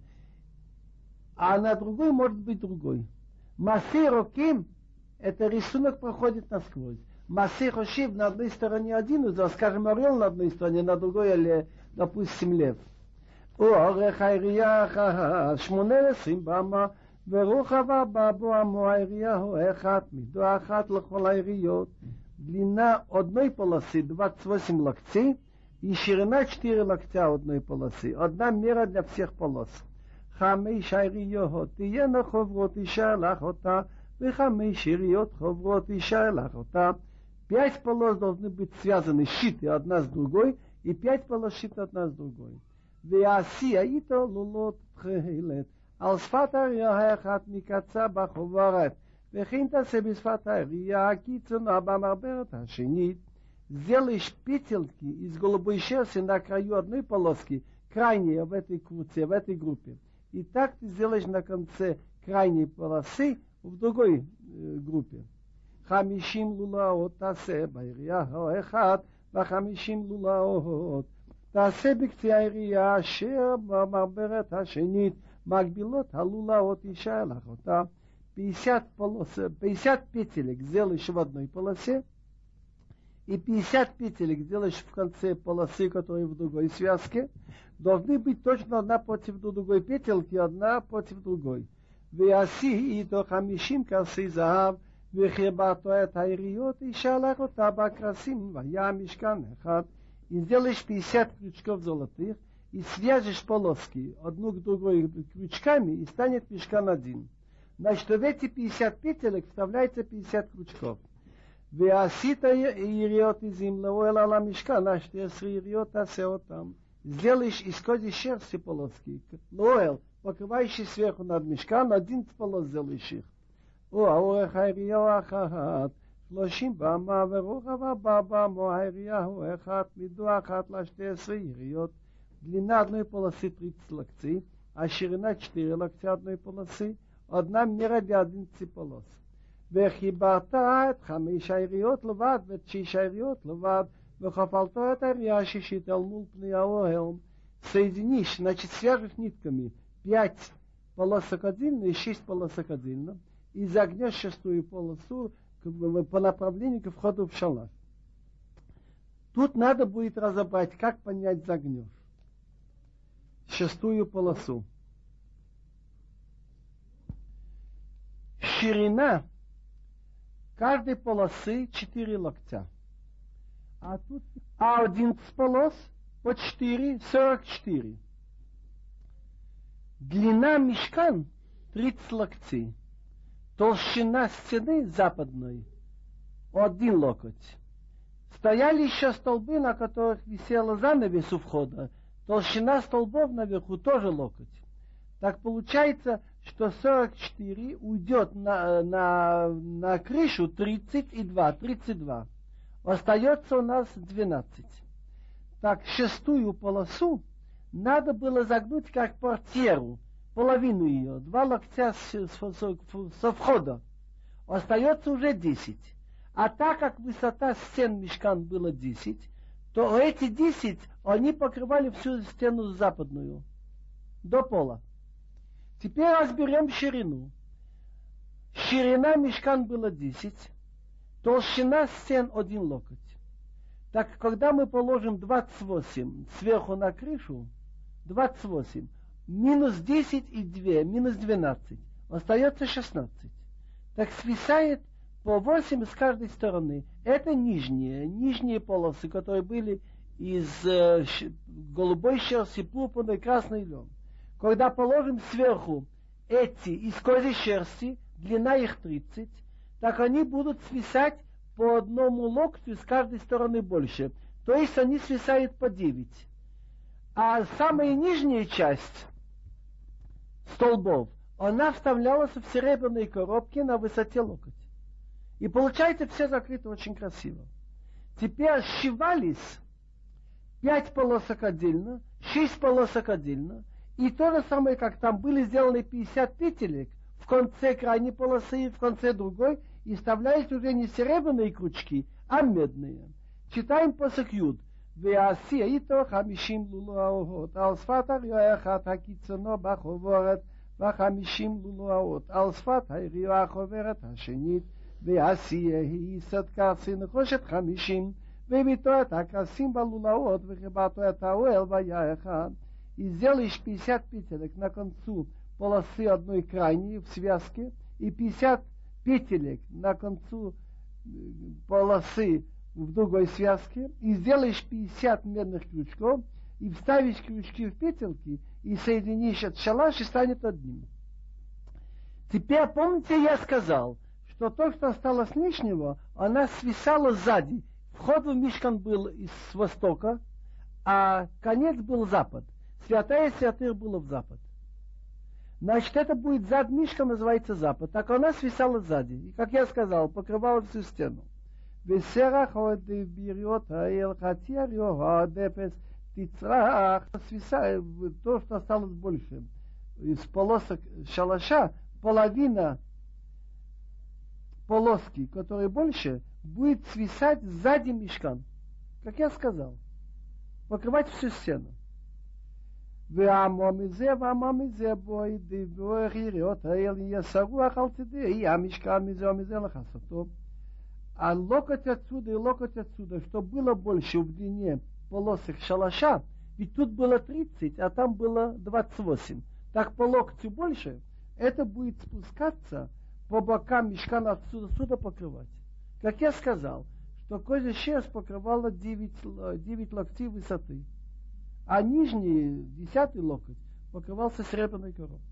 а на другой может быть другой. Масейхо ким, это рисунок проходит насквозь. Масейхо шив на одной стороне один узор, скажем, орел на одной стороне, на другой, или, допустим, лев. אורך העירייה אחת, שמונה עשרים במה, ורוחב הבא בו עמו העירייה הוא אחד, מידו אחת לכל העיריות. Длина одной полосы двадцать восемь локтей и ширина четыре локтя одной полосы. Одна мера для всех полос. חמש העיריות תהיינה חוברות אישה לך אותה, וחמש עיריות חוברות אישה לך אותה. Пять полос должны быть связаны, сшиты одна с другой, и пять полос сшиты одна с другой. ועשי איתו לולות תכלת, על שפת העירייה האחת מקצה בחוברת, וכן תעשה בשפת העירייה הקיצונה במעברת השנית. Сделаешь петельки из голубой шерсти на краю одной полоски, крайней в этой круце, в этой группе. И так ты сделаешь на конце крайней полосы в другой э, группе. חמישים לולאות תעשה בעירייה האחת, וחמישים לולאות תעשה בקצה העירייה אשר במעברת השנית מקבילות הלולאות אישה לך אותה. пятьдесят полос, пятьдесят петелек сделаешь в одной полосе, и пятьдесят петелек сделаешь в конце полосы, которые в другой связке. Должны быть точно одна против другой петельки, одна против другой. ועשי איתו חמישים כרסי זהב, וחיברתו את העיריות אישה לך אותה בכרסים, והיה משכן אחד. И сделаешь пятьдесят крючков золотых, и свяжешь полоски одну к другой крючками, и станет мишкан один. Значит, в эти пятьдесят петелек вставляется пятьдесят крючков. ועשית יריות עזים לאוהל על המשכן, שתי עשרה יריות תעשה אותם. Сделаешь из козьей шерсти полоски, לאוהל, покрывающий сверху над мишкан, одиннадцать полос сделаешь их. או האורך העירייה אחת, שלושים במה ורוחב הבא במו העירייה הוא אחד, מידו אחת לשתי עשרה יריות. Длина одной полосы тридцать локтей, а ширина четыре локтя одной полосы, одна мера для одиннадцати полос. וחיברת את חמש העיריות לבד ואת שש העיריות לבד, וכפלת את העירייה השישית אל מול פני האוהל. Соединишь, значит, свяжешь нитками пять полосок отдельно и шесть полосок отдельно, и загнешь шестую полосу по направлению к входу в шалаш. Тут надо будет разобрать, как понять загнешь. Шестую полосу. Ширина каждой полосы четыре локтя. А тут а одиннадцать полос по четыре, сорок четыре. Длина мишкан тридцать локтей. Толщина стены западной один локоть. Стояли еще столбы, на которых висела занавес у входа. Толщина столбов наверху тоже локоть. Так получается, что сорок четыре уйдет на, на, на крышу тридцать и два, тридцать два. Остается у нас двенадцать. Так, шестую полосу надо было загнуть как портьеру, половину ее, два локтя со, со, со входа. Остается уже десять. А так как высота стен мишкан была десять, то эти десять, они покрывали всю стену западную, до пола. Теперь разберем ширину. Ширина мишкан была десять, толщина стен один локоть. Так, когда мы положим двадцать восемь сверху на крышу, двадцать восемь, минус десять и два, минус двенадцать, остается шестнадцать. Так свисает по восемь с каждой стороны. Это нижние, нижние полосы, которые были из э, ш, голубой шерсти, пурпурной, красной лен. Когда положим сверху эти из козьей шерсти, длина их тридцать, так они будут свисать по одному локтю с каждой стороны больше. То есть они свисают по девять. А самая нижняя часть столбов, она вставлялась в серебряные коробки на высоте локоть. И получается все закрыто очень красиво. Теперь сшивались пять полосок отдельно, шесть полосок отдельно. И то же самое, как там были сделаны пятьдесят петелек в конце крайней полосы и в конце другой, и вставлялись уже не серебряные крючки, а медные. Читаем посох Юд. ועשי איתו חמישים לולאות, על שפת הריאה אחת הקיצונו בחוברת, וחמישים לולאות, על שפת הריאה החוברת השנית, ועשי היא סדקרסי נחושת חמישים, וביתו את הכרסים בלולאות, וחיברתו את האוהל והיה אחד. И сделаешь пятьдесят петелек на концу полосы одной крайней в связке, и пятьдесят петелек на концу полосы в другой связке, и сделаешь пятьдесят медных крючков, и вставишь крючки в петельки, и соединишь этот шалаш, и станет одним. Теперь, помните, я сказал, что то, что осталось лишнего, она свисала сзади. Вход в мишкан был с востока, а конец был запад. Святая святых было в запад. Значит, это будет зад мишкан, называется запад. Так она свисала сзади. И, как я сказал, покрывала всю стену. וסרח עוד ביריות האל חצי הריו הדפס תצרח свисает то, что осталось больше. Из полосок шалаша половина полоски, которая больше, будет свисать сзади мишкан. Как я сказал. Покрывать всю стену. ועמו מזה ועמו מזה בוי דיבור יריות האל יסרוח על צדי המשכן מזה ומזה לחסותו. А локоть отсюда и локоть отсюда, что было больше в длине полосок шалаша, ведь тут было тридцать, а там было двадцать восемь. Так по локтю больше, это будет спускаться по бокам мишкана отсюда, отсюда покрывать. Как я сказал, что козья шерсть покрывала девять, девять локтей высоты, а нижний, десятый локоть, покрывался серебряной коробкой.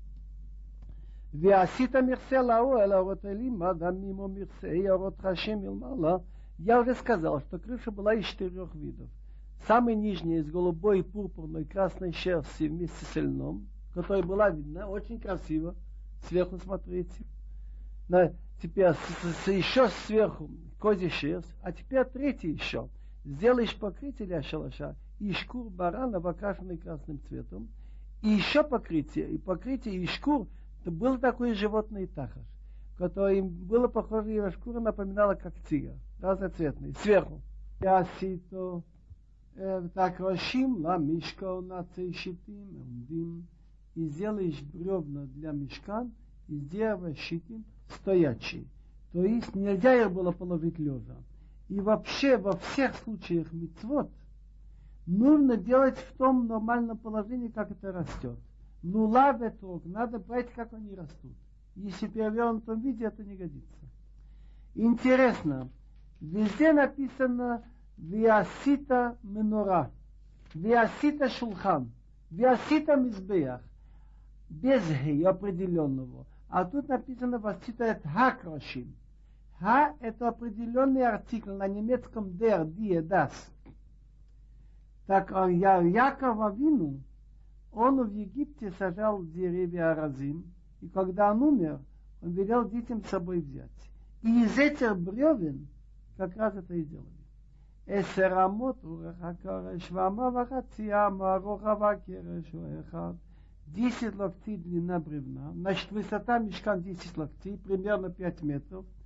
ועשית מרצה לאוהל אורות אלים אדמים או מרצה אורות חשים מלמעלה. Я уже сказал, что крыша была из четырех видов. Самая нижняя из голубой, пурпурной, красной шерсти вместе с льном, которая была видна, очень красиво. Сверху смотрите. На, теперь с, с, еще сверху козья шерсть. А теперь третий еще. Сделаешь покрытие для шалаша из шкур барана, окрашенный красным цветом. И еще покрытие. И покрытие из шкур. Это был такой животный тахаш, который было похоже, его шкура напоминала как тигр, разноцветный, сверху. Ясито так рощим ла мишка на цейшитим умдим, и сделаешь бревна для мишкан из дерева щитим стоячие. То есть нельзя их было положить лежа. И вообще во всех случаях мицвот нужно делать в том нормальном положении, как это растет. Лула ветрог, надо брать, как они растут. Если в перевернутом виде, это не годится. Интересно, везде написано «Виасита менора», «Виасита шулхан», «Виасита мизбеях», без «г» определенного. А тут написано «Васита эт хакрашим». «Ха» — это определенный артикль на немецком «der», «die», «das». Так Яков Авину, он в Египте сажал деревья аразим, и когда он умер, он велел детям с собой взять. И из этих бревен как раз это и делали. Эсерамот урахакареш вамавахатияма рохавакереш уэхад. Десять локтей длина бревна, значит высота мишкан десять локтей, примерно пять метров.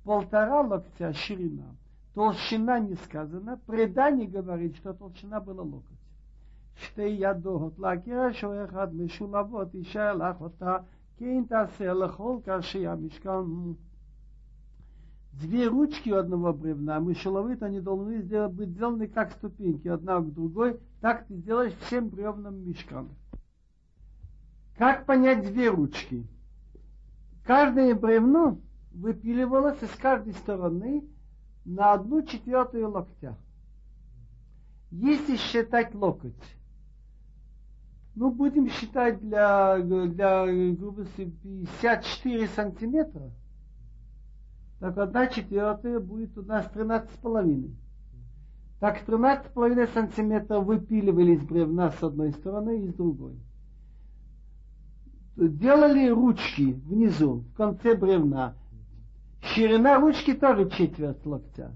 полтора локтя ширина. Толщина не сказана. Предание говорит, что толщина была локоть. שתי ידות לקרש או אחד משולבות יישאר לך אותה כן תעשה לכל קרשי המשכן. Две ручки у одного бревна, мышеловые, они должны сделать, быть сделаны как ступеньки, одна к другой, так ты сделаешь всем бревнам мишкан. Как понять две ручки? Каждое бревно выпиливалось из каждой стороны на одну четвертую локтя. Если считать локоть, ну, будем считать для, для грубости пятьдесят четыре сантиметра, так одна четвертая будет у нас тринадцать с половиной. Так тринадцать с половиной сантиметров выпиливались бревна с одной стороны и с другой. Делали ручки внизу, в конце бревна. Ширина ручки тоже четверть локтя.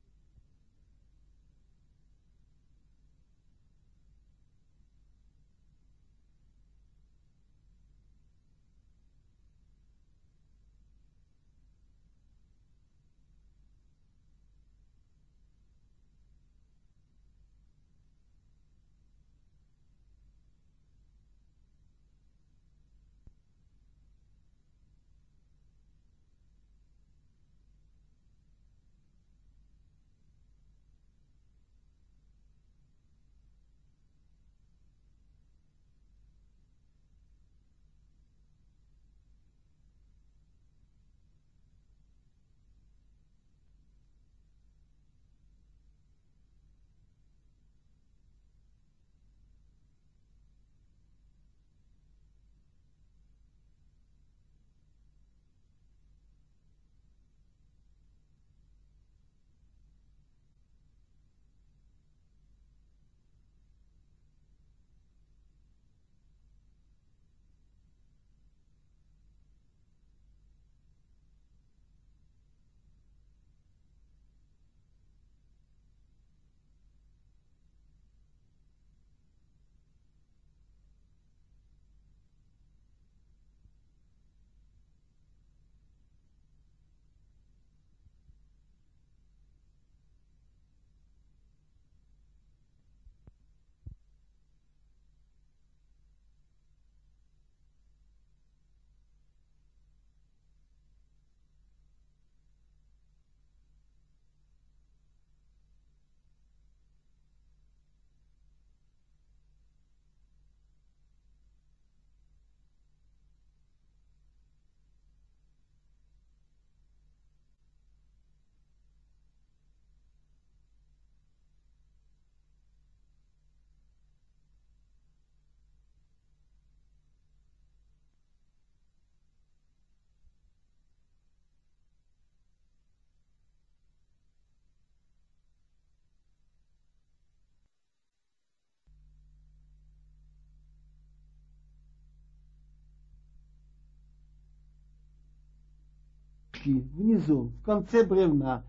Внизу, в конце бревна.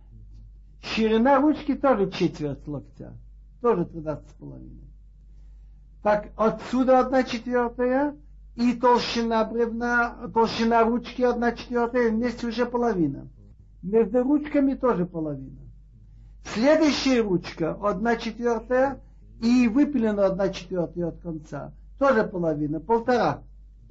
Ширина ручки тоже четверть локтя. Тоже тринадцать с половиной. Так, отсюда одна четвертая. И толщина бревна, толщина ручки одна четвертая. Вместе уже половина. Между ручками тоже половина. Следующая ручка одна четвертая. И выпилена одна четвертая от конца. Тоже половина. Полтора.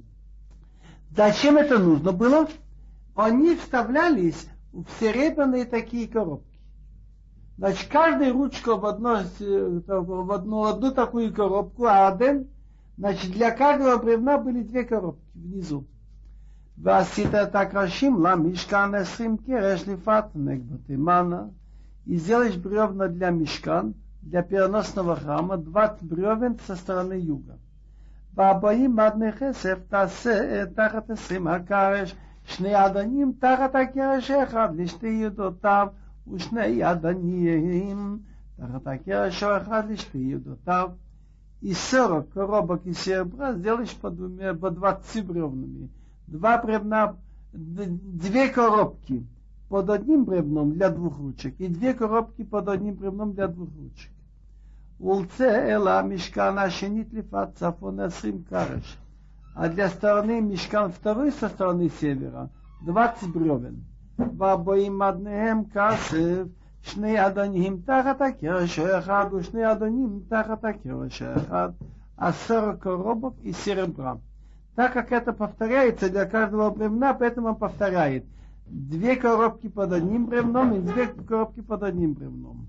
Зачем это нужно было? Они вставлялись в серебряные такие коробки. Значит, каждая ручка в, одно, в одну, одну такую коробку, а один, значит, для каждого бревна были две коробки внизу. Васита так рашим ла мишкан эсрим кереш лифат негбатимана. И сделаешь бревна для мишкан, для переносного храма, двадцать бревен со стороны юга. Вабаим аднехесев тасе тахат эсрим акареш. שני אדנים תחת הקרש אחד לשתי ידותיו ושני ידנים תחת הקרש אחד לשתי ידותיו. И сорок коробок из серебра сделаешь по, двумя, по двадцати бревнами. Два бревна, две коробки под одним бревном для двух ручек и две коробки под одним бревном для двух ручек. Улце эла мишкана шенит лифат цафон эсрим кареш. А для стороны мишкан второй со стороны севера двадцать бревен. והבואים עדניהם כסף, שני אדונים תחת הקרש האחד, ושני אדונים תחת הקרש האחד, עשר коробок из серебра. Так как это повторяется для каждого бревна, поэтому он повторяет две коробки под одним бревном и две коробки под одним бревном.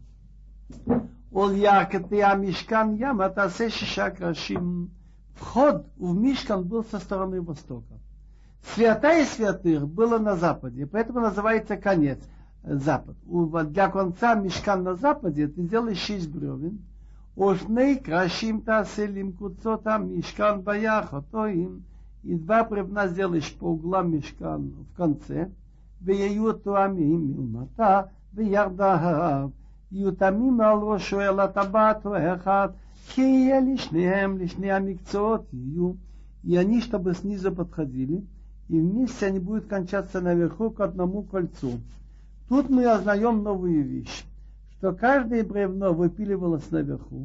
Ол яркотя мишкан яма тасе шиша крашим. Вход в мишкан был со стороны востока. Святая святых было на западе, поэтому называется конец, запад. Для конца мишкан на западе ты делаешь шесть бревен. Ошней крашим таселим куцота мишкан баяхотоим. И два бревна сделаешь по углам мишкан в конце. ויהיו תואמים מלמטה וירדיו, יהיו תמים על ראשו אל הטבעת אחד, כי יהיה לשניהם, לשני המקצועות יהיו, и они, чтобы снизу подходили, и вместе они будут кончаться наверху к одному кольцу. Тут мы узнаем новую вещь, что каждое бревно выпиливалось наверху,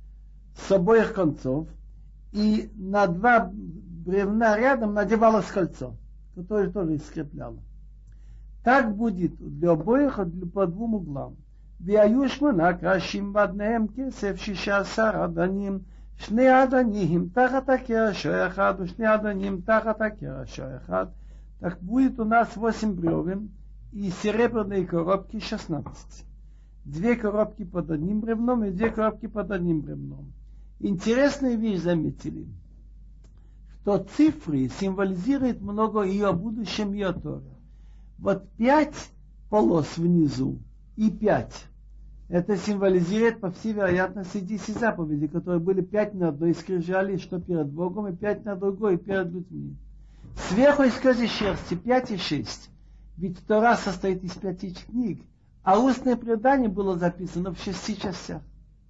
с обоих концов, и на два бревна рядом надевалось кольцо, которое тоже скрепляло. Так будет для обоих по двум углам. והיו שמונה קרשים בדניהם כסף שישה עשר אדנים, שני אדנים תחת הקרש האחד ושני אדנים תחת הקרש האחד. Так будет у нас восемь бревен и серебряные коробки шестнадцать. Две коробки под одним бревном и две коробки под одним бревном. Интересную вещь заметили, что цифры символизируют много и о будущем, и о Торе. Вот пять полос внизу и пять. Это символизирует, по всей вероятности, десять заповедей, которые были пять на одной скрижали, что перед Богом, и пять на другой, и перед людьми. Сверху из козьей шерсти пять и шесть. Ведь Тора состоит из пяти книг, а устное предание было записано в шести частях.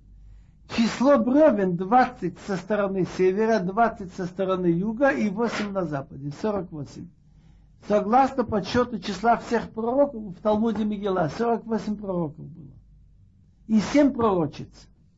Число бревен двадцать со стороны севера, двадцать со стороны юга и восемь на западе, сорок восемь. Согласно подсчету числа всех пророков, в Талмуде Мегилла сорок восемь пророков было. И семь пророчиц.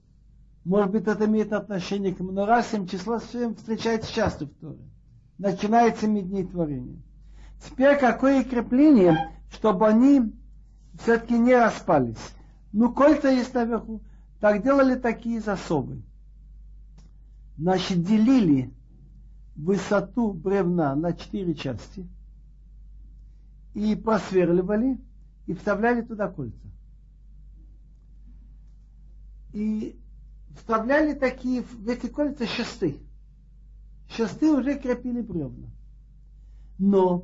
Может быть, это имеет отношение к Менора, семь числа встречается часто в Торе. Начинается дней творения. Теперь какое крепление, чтобы они все-таки не распались. Ну, кольца есть наверху. Так делали такие засовы. Значит, делили высоту бревна на четыре части. И просверливали, и вставляли туда кольца. И вставляли такие, в эти кольца шесты. Шесты уже крепили бревна. Но,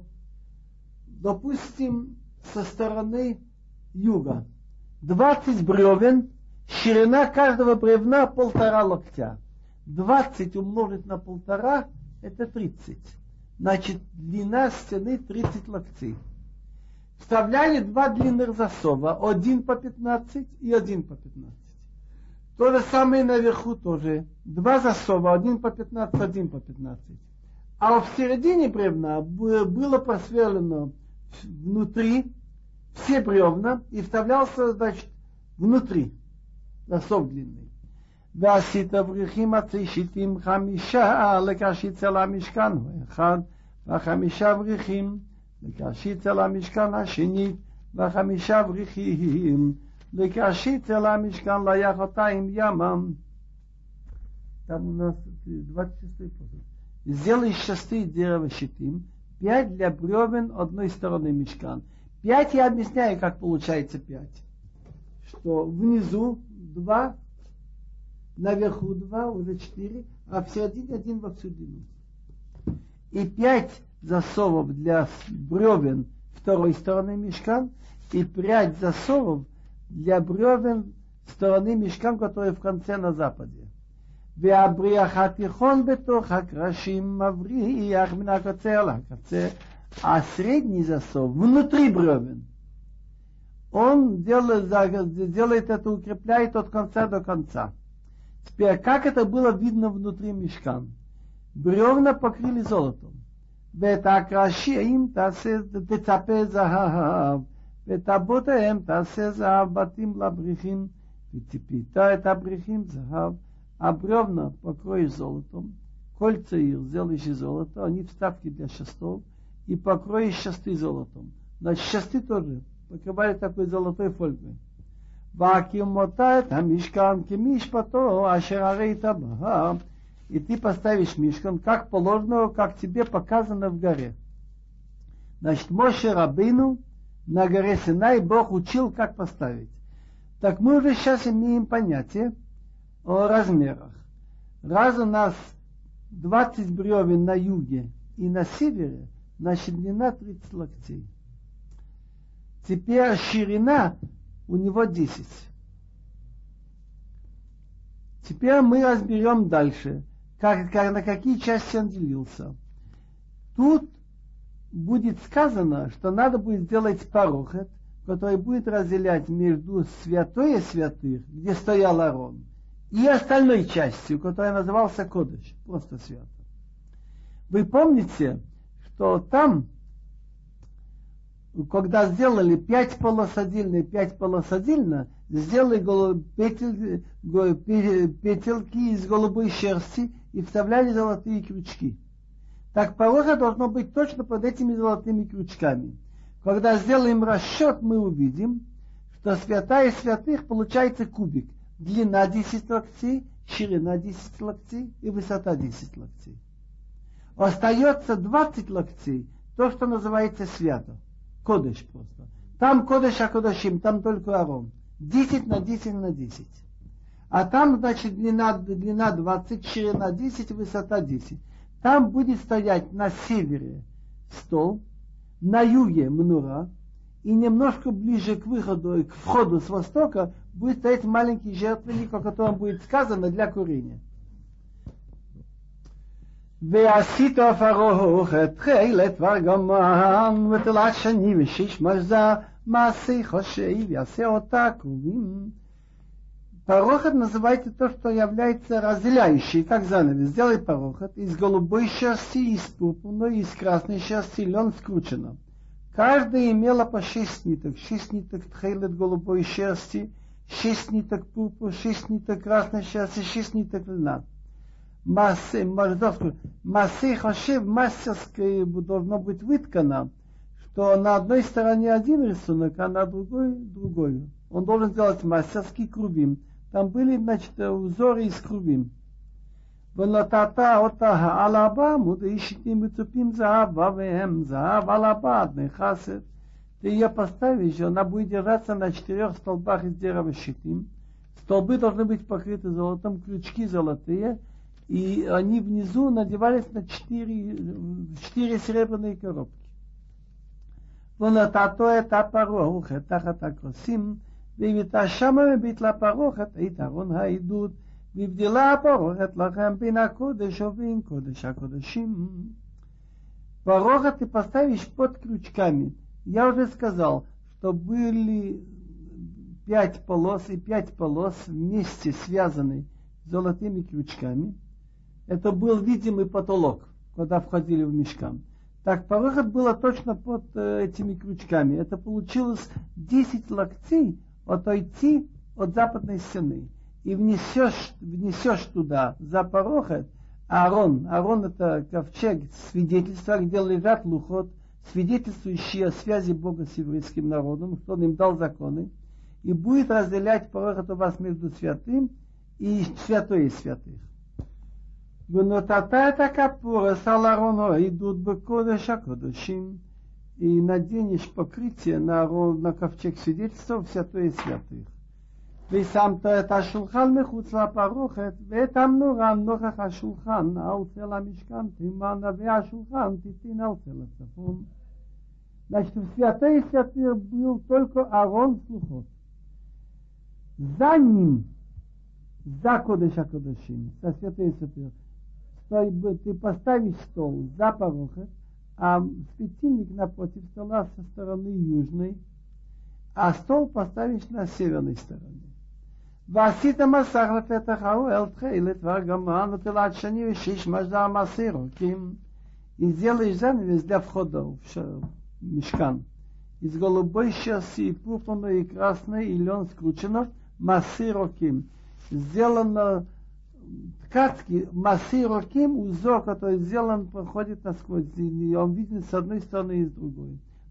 допустим, со стороны юга двадцать бревен, ширина каждого бревна полтора локтя. двадцать умножить на полтора, это тридцать. Значит, длина стены тридцать локтей. Вставляли два длинных засова, один по пятнадцать и один по пятнадцать. То же самое наверху тоже. Два засова, один по пятнадцать, один по пятнадцать. А в середине бревна было просверлено внутри все бревна и вставлялся, значит, внутри засов длинный. ועשית אברכים עצי שיטים חמישה לקשית אל המשכן אחד, וחמישה אברכים לקשית אל המשכן השנית, וחמישה אברכים לקשית אל המשכן ליחותיים ימם. Там у нас двадцать шестой посуд. Сделай шесты дерева щитим, пять для бревен одной стороны мишкан. Пять я объясняю, как получается пять. Что внизу два, наверху два, уже четыре, а в середине один во всю длину. И пять засовов для бревен второй стороны мишкан, и пять засовов для бревен стороны мишкан, который в конце на западе. והבריח התיכון בתוך הקרשים מבריח מן הקצה אל הקצה. А средний засов внутри бревен, он делает, делает это, укрепляет от конца до конца. Теперь, как это было видно внутри мишкан? Бревна покрыли золотом. ואת הקרשים תצפה זהב, ואת הבותיהם תעשה זהב בתים לבריחים, וציפית את הבריחים захав. А бревна покроешь золотом, кольца их сделаешь из золота, они вставки для шестов, и покроешь шесты золотом. Значит, шесты тоже покрывали такой золотой фольгой. Вакимотает, а мишкан кемишпато, ашерарей таба. И ты поставишь мишкан, как положено, как тебе показано в горе. Значит, Моше Рабейну на горе Синай Бог учил, как поставить. Так мы уже сейчас имеем понятие о размерах. Раз у нас двадцать бревен на юге и на севере, значит длина тридцать локтей. Теперь ширина у него десять. Теперь мы разберем дальше, как, как, на какие части он делился. Тут будет сказано, что надо будет сделать парохет, который будет разделять между святое святых, где стоял Аарон, и остальной частью, которая назывался Кодыш, просто свято. Вы помните, что там, когда сделали пять полос отдельно и пять полос отдельно, сделали петель, петельки из голубой шерсти и вставляли золотые крючки. Так порога должно быть точно под этими золотыми крючками. Когда сделаем расчет, мы увидим, что святая святых получается кубик. Длина десять локтей, ширина десять локтей и высота десять локтей. Остается двадцать локтей, то, что называется свято. Кодыш просто. Там кодыш а-кодышим, там только Аарон. десять на десять на десять. А там, значит, длина, длина двадцать, ширина десять, высота десять. Там будет стоять на севере стол, на юге мнура, и немножко ближе к выходу, к входу с востока будет стоять маленький жертвенник, о котором будет сказано для курения. ועשית פרוכת תכלת וארגמן ותלת שני ושיש מזזה מעשי חושי ויעשה אותה קרובים. Парохот называется то, что является разделяющей, как занавес. Сделай парохот из голубой шерсти, из пурпурной, из красной шерсти, лен скручено. Каждая имела по шесть ниток. Шесть ниток тхейлет голубой шерсти, шесть ниток пурпур, шесть ниток красной шерсти, шесть ниток льна. Массы, массы хошев, мастерское должно быть выткано, что на одной стороне один рисунок, а на другой другой. Он должен сделать мастерский крубим. Там были, значит, узоры из крубим. ונתתה אותה על הבא, מודעישיתים מצופים זהב, והם זהב על הבא, נכסת. Ты ее поставишь, она будет держаться на четырех столбах из дерева щитим. Столбы должны быть покрыты золотом, крючки золотые, и они внизу надевались на четыре, четыре серебряные коробки. ונתתו את הפרוכת תחת הכרסים, והביאה שמה וביטלה פרוכת את ארון העדות, והבדילה הפרוכת לכם בין הקודש ובין קודש הקודשים. Порохот ты поставишь под крючками. Я уже сказал, что были пять полос и пять полос вместе связаны золотыми крючками. Это был видимый потолок, когда входили в мишкан. Так, порохот было точно под э, этими крючками. Это получилось десять локтей отойти от западной стены. И внесешь, внесешь туда за порохот Аарон. Аарон это ковчег, свидетельство, где лежат лухот, свидетельствующие о связи Бога с еврейским народом, что он им дал законы. И будет разделять порохот у вас между святым и святой из святых. ונתתה את הכפורס על ארונו עדות בקודש הקודשים, и наденешь покрытие на, арон, на ковчег свидетельства в святое святых. ושמת את השולחן מחוץ לפרוכת, ואת המנורה נוכח השולחן על צל המשכן תימנה, והשולחן תיתן על צל הצפון. Значит, в святое святых был только Аарон с лухот. За ним, за кодеш акодешим, со святое святых, ты поставишь стол за порохот, а светильник напротив стола со стороны южной, а стол поставишь на северной стороне. ועשית מסך לפתח האוהל תכלת וארגמן ותלת שני ושיש מזזה מעשי רוקים. И сделаешь занавес для входа в мишкан. Из голубой шерсти, пурпурной и красной, и лен скручено массы роким. Сделано ткацкий массы роким, узор, который сделан, проходит насквозь. И он виден с одной стороны и с другой.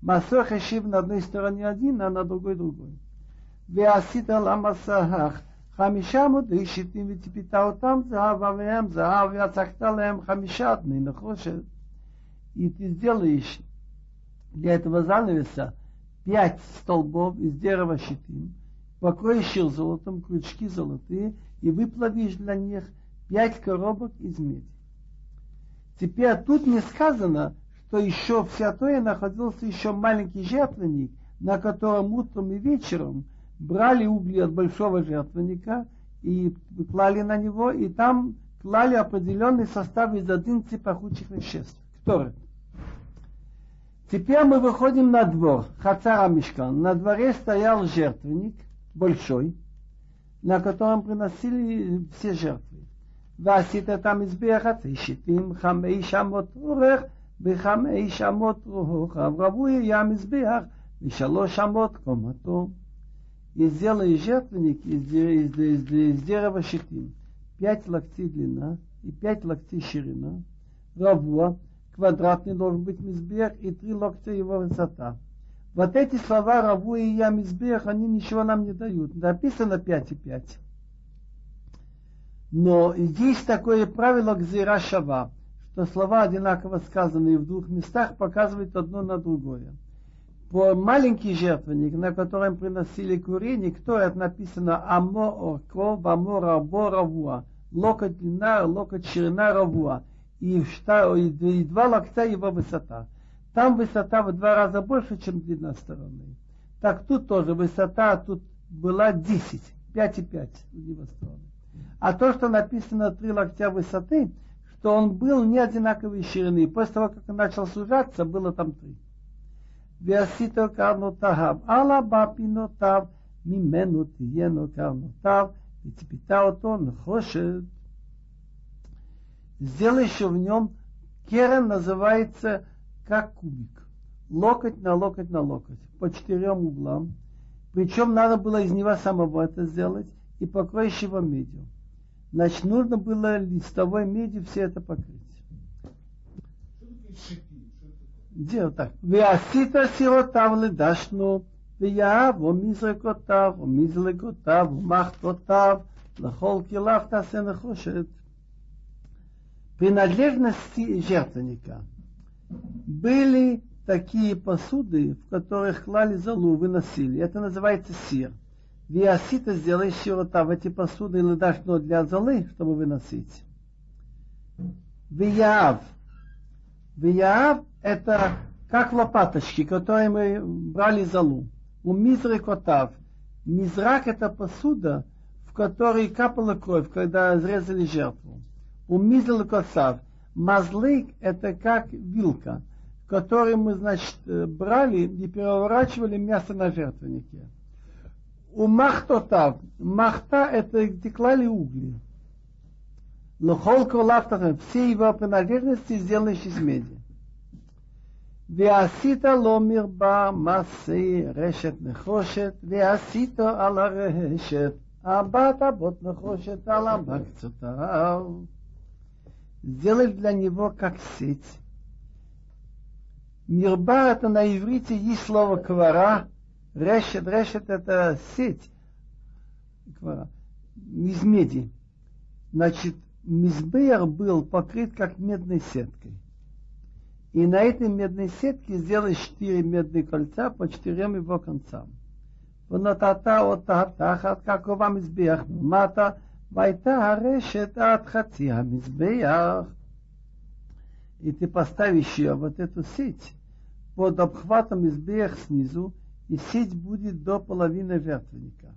Масох Ешив на одной стороне один, а на другой другой. Веасита ламасахах. חמישה עמודי שיטים וציפית אותם זהב עליהם זהב ויצקת להם חמישה דמי נחושת. И ты сделаешь для этого занавеса пять столбов из дерева щитим, покроешь их золотом, крючки золотые, и выплавишь для них пять коробок из меди. Теперь тут не сказано, что еще в святое находился еще маленький жертвенник, на котором утром и вечером брали угли от большого жертвенника и клали на него, и там клали определенный состав из одиннадцати пахучих веществ. Кто? Теперь мы выходим на двор, Хацара Мишкан. На дворе стоял жертвенник большой, на котором приносили все жертвы. ועשית את המזבח השיטים חמש אמות אורך וחמש אמות רוחב, רווי היה המזבח ושלוש אמות קומתו. И сделай жертвенник из, из, из, из дерева щитим. Пять локтей длина и пять локтей ширина. Равуа, квадратный должен быть мизбех, и три локтя его высота. Вот эти слова равуа и я мизбех, они ничего нам не дают. Написано пять и пять. Но есть такое правило гзира шава, что слова одинаково сказанные в двух местах показывают одно на другое. По маленький жертвенник, на котором приносили курение, кто это написано амо орко, амо рабо равуа, локоть длина, локоть ширина равуа, и, и два локтя его высота. Там высота в два раза больше, чем длина стороны. Так тут тоже высота тут была десять, пять и пять у него стороны. А то, что написано три локтя высоты, что он был не одинаковой ширины. После того, как он начал сужаться, было там три. ועשיתו קרנותיו, על הבפינותיו, ממנו תהיינו קרנותיו, וציפית אותו נחושת. Сделай еще в нем, керен называется как кубик. Локоть на локоть на локоть, по четырем углам. Причем надо было из него самого это сделать и покроешь его медью. Значит, нужно было листовой медью все это покрыть. Дело так. Веасита сиротав ледашну, веяав, омизрекотав, омизлекотав, умахтотав, лахол килав тасе нахошет. Принадлежности жертвенника. Были такие посуды, в которых клали золу, выносили. Это называется сир. Веасита сделай сиротав эти посуды ледашну для золы, чтобы выносить. Веяав. Веяав это как лопаточки, которые мы брали золу. У мизрекотав. Мизрак это посуда, в которой капала кровь, когда разрезали жертву. У мизрекотав. Мазлык это как вилка, в которой мы, значит, брали и переворачивали мясо на жертвеннике. У махтотав. Махта это где клали угли. Лохолко лафтахем. Все его принадлежности сделаны из меди. ועשית לו מרבה מסי רשת נחושת, ועשית על הרשת ארבעת אבות נחושת על ארבע קצותיו. Сделай для него как сеть. Мирба это на иврите есть слово квара, решет, решет это сеть, квара, из меди. Значит, мизбех был покрыт как медной сеткой. И на этой медной сетке сделай четыре медные кольца по четырем его концам. Внатата от тахат, как у вам избех, мата, вайта решет от хатия мизбеях. И ты поставишь ее вот эту сеть под обхватом избех снизу, и сеть будет до половины жертвенника.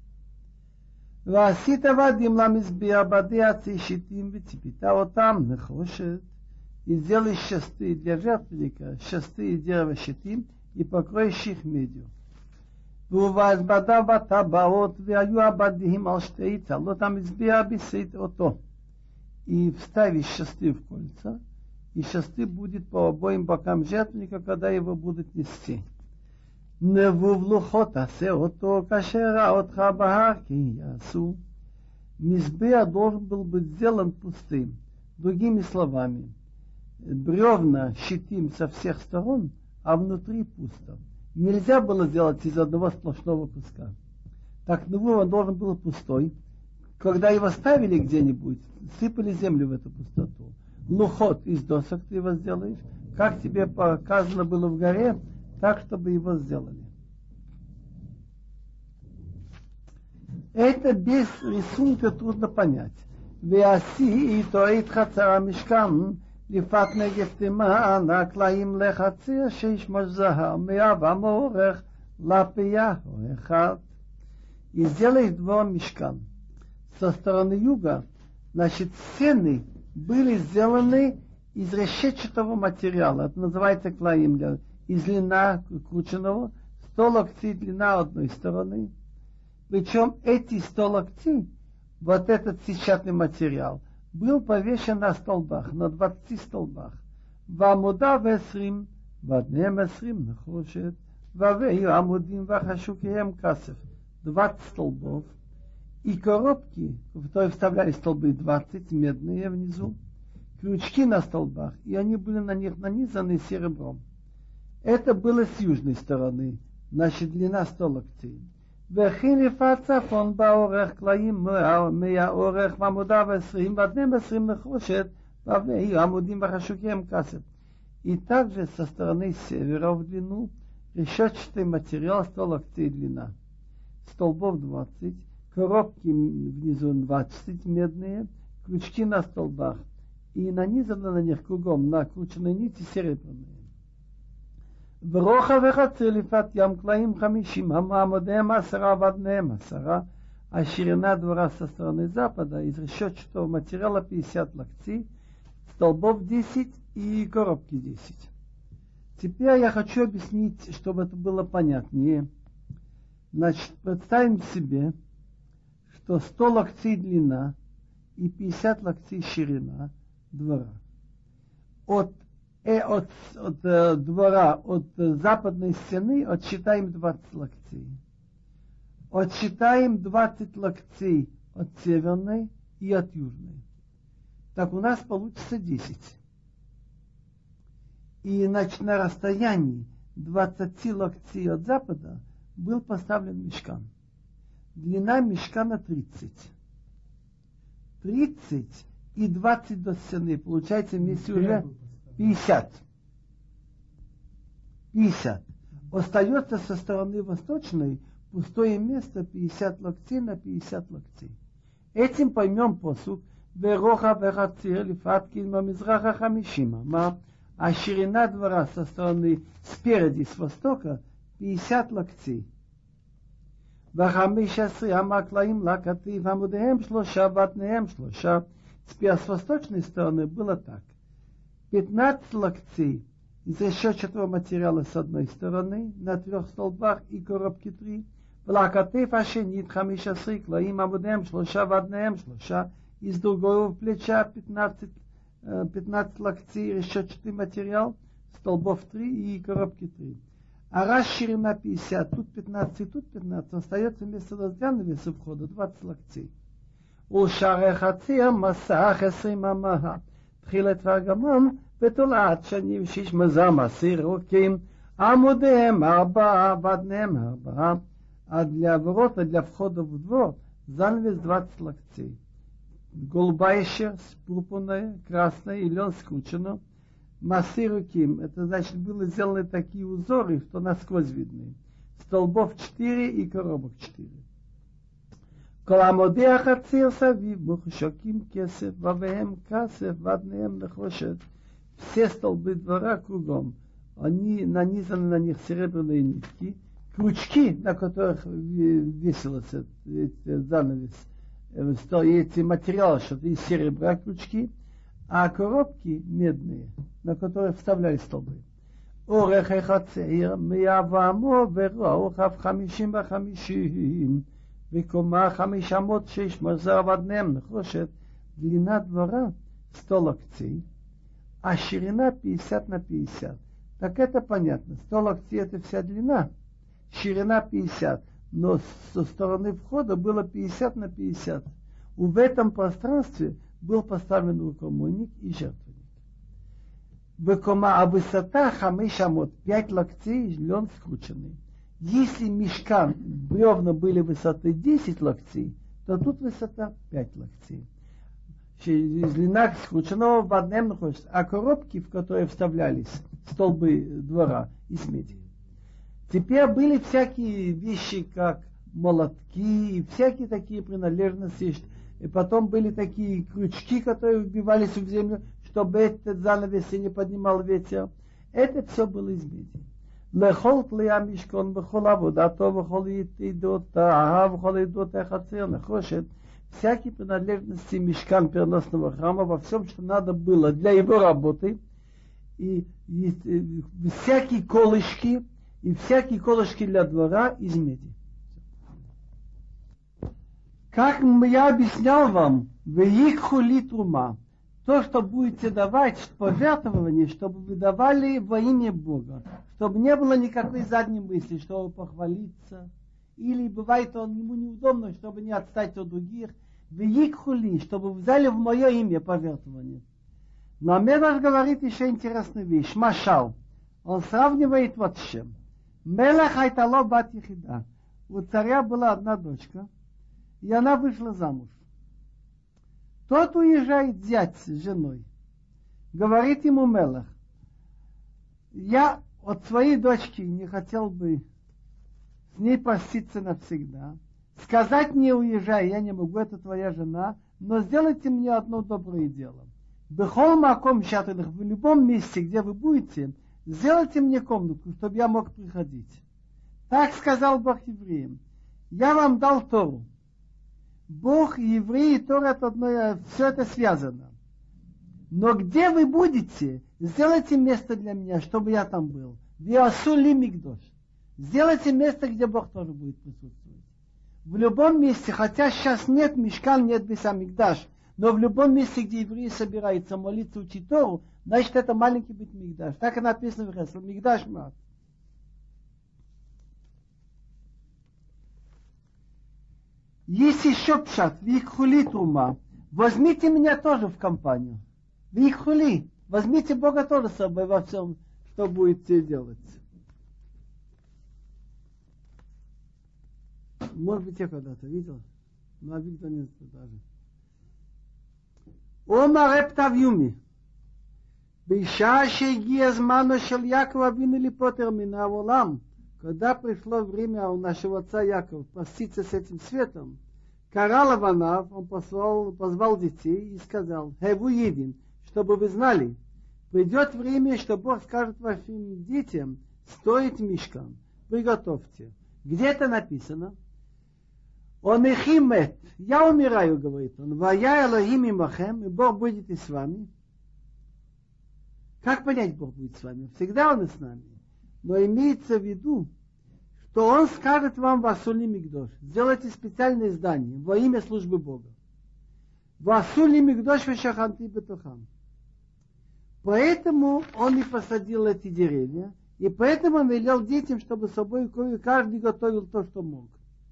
ועשית ועדים למזבח בדי עצי שיטים וציפית אותם נחושת. И сделай шесты для жертвенника, шесты из дерева щитим, и покроешь их медью. ובהזבדה בטבעות והיו הבדים על שתי צלות המזבח בסית אותו. И вставишь шесты в кольца, и шесты будет по обоим бокам жертвенника, когда его будут нести. נבובלוחות עשה אותו כאשר ראה אותך בהר כי יעשו. מזבח должен был быть сделан пустым. Другими словами, бревна щитим со всех сторон, а внутри пусто. Нельзя было сделать из одного сплошного куска. Так ну он должен был пустой. Когда его ставили где-нибудь, сыпали землю в эту пустоту. Лухот из досок ты его сделаешь, как тебе показано было в горе, так, чтобы его сделали. Это без рисунка трудно понять. Веаси и тоит хацара мишкан, лифат негев тиман, аклаим лехацир, шейшмош захар, меава морех, лапия эхат. И сделай двор мишкан. Со стороны юга, значит, стены были сделаны из решетчатого материала. Это называется клаим, из льна крученного, сто локтей длина одной стороны. Причем эти сто локтей, вот этот сетчатый материал, был повешен на столбах, на двадцати столбах. Вамуда весрим, ваднем эсрим нахошет, вавею амудим вахашукием касев. двадцать столбов. И коробки, в которые вставляли столбы двадцать, медные внизу, крючки на столбах, и они были на них нанизаны серебром. Это было с южной стороны, значит, длина сто локтей. וכי לפת צפון באורך קלעים מהאורך ועמודה ועשרים ועדנם עשרים נחושת והיו עמודים וחשוקיהם כסף. И также со стороны севера в длину решетчатый материал сто локтей длина. Столбов двадцать, коробки внизу двадцать медные, крючки на столбах и нанизаны на них кругом накрученные нити серебряные. ורוחב וחצר לפת ים קלעים חמישים, המעמודיהם עשרה ועדניהם עשרה, а ширина двора со стороны запада из решетчатого материала пятьдесят локтей, столбов десять и коробки десять. Теперь я хочу объяснить, чтобы это было понятнее. Значит, представим себе, что сто локтей длина и пятьдесят локтей ширина двора. От И от, от э, двора, от э, западной стены отсчитаем двадцать локтей. Отсчитаем двадцать локтей от северной и от южной. Так у нас получится десять. И значит, на расстоянии двадцати локтей от запада был поставлен мишкан. Длина мишкана тридцать. тридцать и двадцать до стены. Получается вместе уже пятьдесят. пятьдесят. Остается со стороны восточной пустое место пятьдесят локтей на пятьдесят локтей. Этим поймем посук вероха вехацир лифаткин мамизраха хамишима. А ширина двора со стороны спереди, с востока, пятьдесят локтей. Вахамиша сриамаклаим лакаты вамудеем шлоша ватнеем шлоша. Теперь с восточной стороны было так. пятнадцать локтей из решетчатого материала с одной стороны, на трех столбах и коробки три. Плакаты фашенит хамиша срикла, им амудем шлоша ваднеем шлоша. Из другого плеча пятнадцать, пятнадцать локтей решетчатый материал, столбов три и коробки три. А раз ширина пятьдесят, тут пятнадцать и тут пятнадцать, остается вместо раздвижного входа двадцать локтей. У шарехацир масах эсрим амаха. תחילת והגמון בתולעת שנים שיש מזם עשיר רוקים עמודיהם ארבעה ועדניהם ארבעה. А для ворота, для входа в двор занавес двадцать локтей. Голубая шерсть, пурпурная, красная и лен скручено. Массы руким, это значит было сделаны такие узоры, что насквозь видны. Столбов четыре и коробок четыре. כל עמודי החציר סביב מחושקים כסף, ובהם כסף ועדניהם נחושת. Все столбы двора кругом, они нанизаны на них серебряные нитки, крючки, на которых весился этот занавес, эти материалы, что из серебра крючки, а коробки медные, на которые вставляли столбы. אורך החציר מיעבעמו ורוחב חמישים וחמישים. וקומה חמישה מאות שש מזר ועדניהם נחושת, длина двора сто локтей, а ширина пятьдесят на пятьдесят. Так это понятно. сто локтей это вся длина, ширина пятьдесят, но со стороны входа было пятьдесят на пятьдесят. В этом пространстве был поставлен рукомойник и жертвенник. Векома, а высота хамешамот, пять локтей, лен скрученный. Если мишкан, бревна были высоты десять локтей, то тут высота пять локтей. Длина скрученного в одном находится, а коробки, в которые вставлялись столбы двора, из меди. Теперь были всякие вещи, как молотки, всякие такие принадлежности. И потом были такие крючки, которые вбивались в землю, чтобы этот занавес не поднимал ветер. Это все было из меди. Лехол клея мишкон бехол аводато бехол идота, ага бехол идота хацер нехошет. Всякие принадлежности мишкан переносного храма во всем, что надо было для его работы. И, и, и всякие колышки, и всякие колышки для двора из меди. Как я объяснял вам, веикху ли трума, то, что будете давать пожертвование, чтобы вы давали во имя Бога, чтобы не было никакой задней мысли, чтобы похвалиться, или бывает он ему неудобно, чтобы не отстать от других, веикху ли, чтобы вы взяли в мое имя пожертвование. Но Медраш говорит еще интересную вещь, машал, он сравнивает вот с чем. Мелах айтало бат ехида, у царя была одна дочка, и она вышла замуж. Тот уезжает зять с женой. Говорит ему Мелах, я от своей дочки не хотел бы с ней проститься навсегда. Сказать не уезжай, я не могу, это твоя жена, но сделайте мне одно доброе дело. Бехол маком шатых, в любом месте, где вы будете, сделайте мне комнатку, чтобы я мог приходить. Так сказал Бог евреям. Я вам дал Тору. Бог, евреи, Тора, это одно, все это связано. Но где вы будете, сделайте место для меня, чтобы я там был. Виасули мигдош. Сделайте место, где Бог тоже будет присутствовать. В любом месте, хотя сейчас нет мишкан, нет бейс-микдаш, но в любом месте, где евреи собираются молиться, учить Тору, значит, это маленький бейт-микдаш. Так и написано в Хесле. Микдаш мат. Есть еще пшат, вихули трума. Возьмите меня тоже в компанию. Вихули. Возьмите Бога тоже с собой во всем, что будете делать. Может быть, я когда-то видел, но а Виктор не даже. Ома рептавюми. Бейша шеги зману шел Якова винили потер мина волам. Когда пришло время у нашего отца Якова проститься с этим светом, Карал Аванав, он позвал, позвал детей и сказал, «Хеву един, чтобы вы знали, придет время, что Бог скажет вашим детям, стоит мишкан, приготовьте». Где это написано? Он ихимет, я умираю, говорит он, вая Элохим имахем, и Бог будет и с вами. Как понять, Бог будет с вами? Всегда Он и с нами. Но имеется в виду, что Он скажет вам Васули Мигдош. Сделайте специальное здание во имя службы Бога. Васули Мигдош вешаханти бетухам. Поэтому Он и посадил эти деревья, и поэтому Он велел детям, чтобы с собой каждый готовил то, что мог.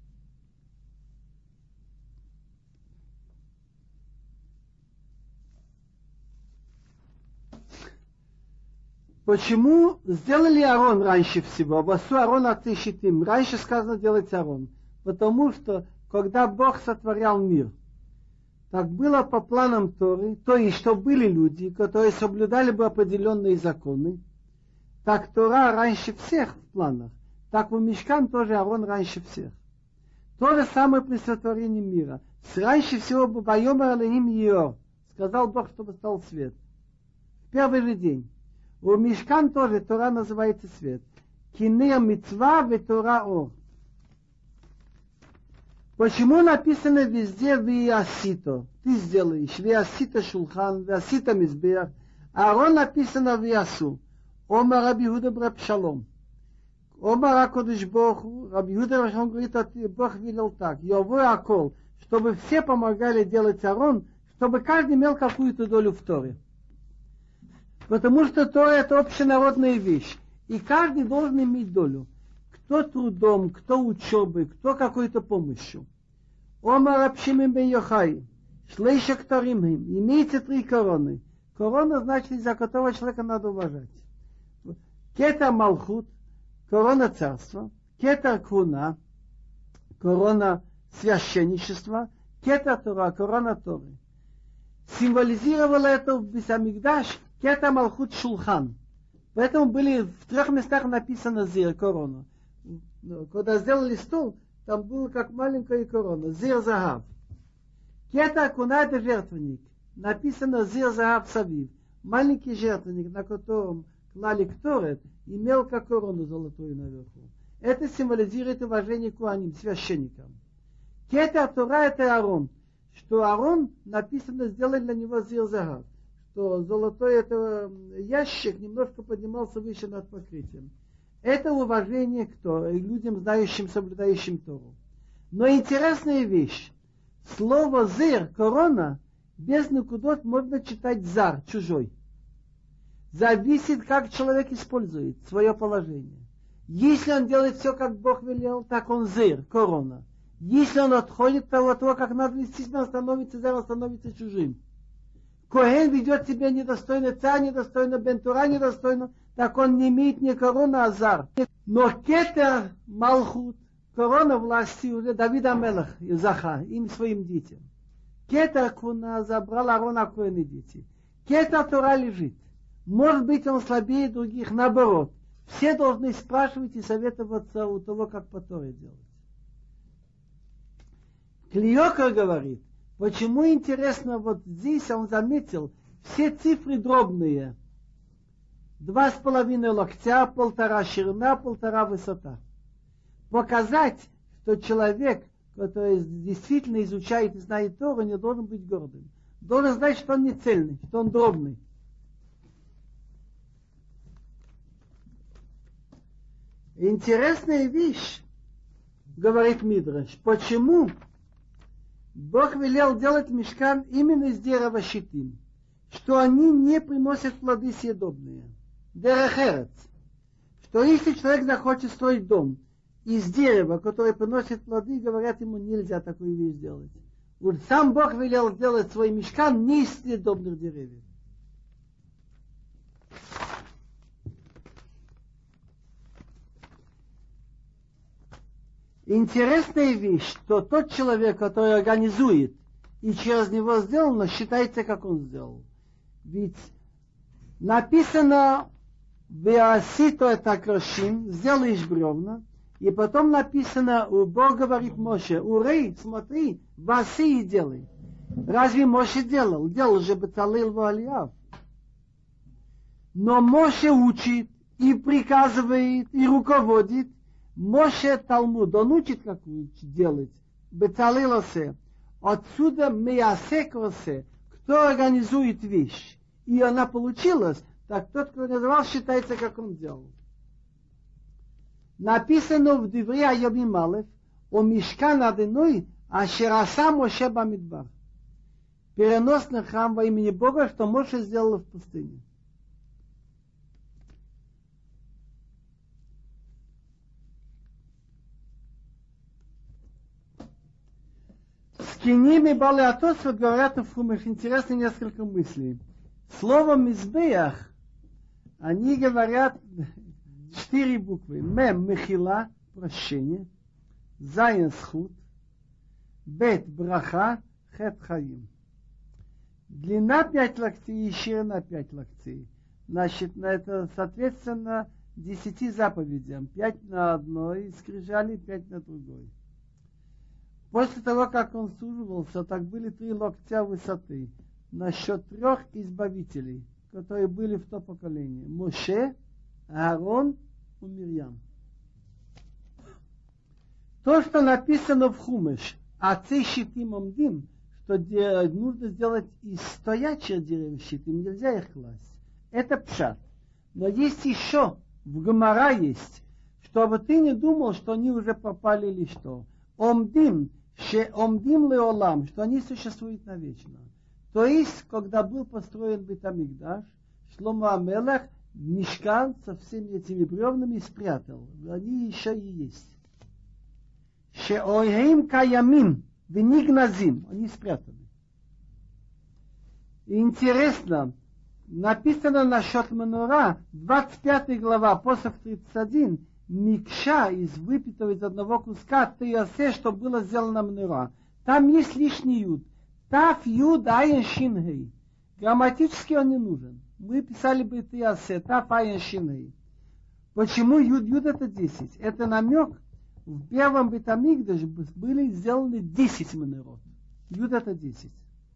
Почему сделали Арон раньше всего? Васу Арон отыщитим. Раньше сказано делать Арон. Потому что, когда Бог сотворял мир, так было по планам Торы, то есть, что были люди, которые соблюдали бы определенные законы, так Тора раньше всех в планах, так у Мишкан тоже Арон раньше всех. То же самое при сотворении мира. Раньше всего бы Вайомар Элохим Йеор, сказал Бог, чтобы стал свет. В первый же день. У Мишкан тоже Тора называется свет. Кинея мицва ве Тора ор. Почему написано везде виасито? Ты сделаешь виасито шулхан, виасито мизбех. А Арон написано виасу. Ома Раби Иуда браб Шалом. Ома Ракодыш Бог. Раби Иуда он говорит, Бог велел так. Йовой акол. Чтобы все помогали делать Арон, чтобы каждый имел какую-то долю в Торе. Потому что Тора это общенародная вещь. И каждый должен иметь долю. Кто трудом, кто учебой, кто какой-то помощью. Омар Раб Шимон бен Йохай. Шлейша кторим им. Имеется три короны. Корона значит, из-за которого человека надо уважать. Кетер Малхут, корона царства. Кетер Куна, корона священничества. Кетер Тора, корона Торы. Символизировало это в Бейт-Микдаш Кетер Малхут Шулхан. Поэтому были в трех местах написано Зир, корона. Когда сделали стол, там было как маленькая корона. Зир Загав. Кетер Куна это жертвенник. Написано Зир Загав Савив. Маленький жертвенник, на котором клали кторет, имел как корону золотую наверху. Это символизирует уважение к куаним, священникам. Кетер Тора это Арон. Что Арон, написано, сделали для него Зир Загав. Что золотой это ящик немножко поднимался выше над покрытием. Это уважение к Торе, людям, знающим, соблюдающим Тору. Но интересная вещь. Слово «зир», корона, без накудот можно читать «зар», чужой. Зависит, как человек использует свое положение. Если он делает все, как Бог велел, так он «зир», корона. Если он отходит от того, как надо вести себя, он становится «зар», он становится чужим. Коэн ведет себя недостойно, царь недостойно, бентура недостойно, так он не имеет ни короны, а зар. Но кетер Малхут, корона власти уже Давида Мелах, Заха, им своим детям. Кетер Куна забрал Арона Коэн и дети. Кетер Тора лежит. Может быть, он слабее других, наоборот. Все должны спрашивать и советоваться у того, как по Торе делать. Клиокер говорит, почему интересно, вот здесь он заметил, все цифры дробные. Два с половиной локтя, полтора ширина, полтора высота. Показать, что человек, который действительно изучает и знает Тору, не должен быть гордым. Должен знать, что он не цельный, что он дробный. Интересная вещь, говорит Мидраш, почему Бог велел делать мишкан именно из дерева щитим, что они не приносят плоды съедобные. Дерехерец, что если человек захочет строить дом из дерева, которое приносит плоды, говорят ему, нельзя такую вещь делать. Вот сам Бог велел сделать свой мишкан не из съедобных деревьев. Интересная вещь, что тот человек, который организует и через него сделано, считается, как он сделал. Ведь написано «Веасито это крошим», сделаешь бревна, и потом написано, Бог говорит Моше, «Урей, смотри, васи и делай». Разве Моше делал? Делал же Бецалел Ваалиав. Но Моше учит и приказывает, и руководит. Моше Талмуд, он учит, как делать. Бецалел осе. Отсюда меасек осе. Кто организует вещь, и она получилась, так тот, кто называл, считается, как он делал. Написано в Диври Айомим Алеф о Мишкан Аденой Ашераса Моше Бамидбар. Переносный храм во имени Бога, что Моше сделал в пустыне. Скиними Балеатосфот говорят в Хумеш, интересно несколько мыслей. Слово Мизбеях, они говорят четыре буквы. Мем Мехила, прощение. Зайн Схут. Бет Браха, Хет Хаим. Длина пять локтей и ширина пять локтей. Значит, на это соответственно десяти заповедям. Пять на одной скрижали, пять на другой. После того, как он служивался, так были три локтя высоты. Насчет трех избавителей, которые были в то поколение. Моше, Аарон и Мирьям. То, что написано в Хумеш, отцы щитим омдим, что нужно сделать из стоячих деревьев щитим, нельзя их класть. Это пшат. Но есть еще, в Гемара есть, чтобы ты не думал, что они уже попали или что. Омдим, ше омдим леолам, что они существуют навечно. То есть, когда был построен Бейт-Микдаш, Шломо ха-Мелех мишкан со всеми этими бревнами спрятал. Они еще и есть. Шеоим каямим венигназим. Они спрятаны. И интересно, написано насчет Менура, двадцать пятая глава, посох тридцать один, микша из выпитого из одного куска тиясе, что было сделано Менура. Там есть лишний юд. Таф юд айн шин гей. Грамматически он не нужен. Мы писали бы тиясе, таф айн шин гей. Почему юд юд это десять? Это намек. В первом Бет-Амикдаше были сделаны десять Менурот. Юд это десять.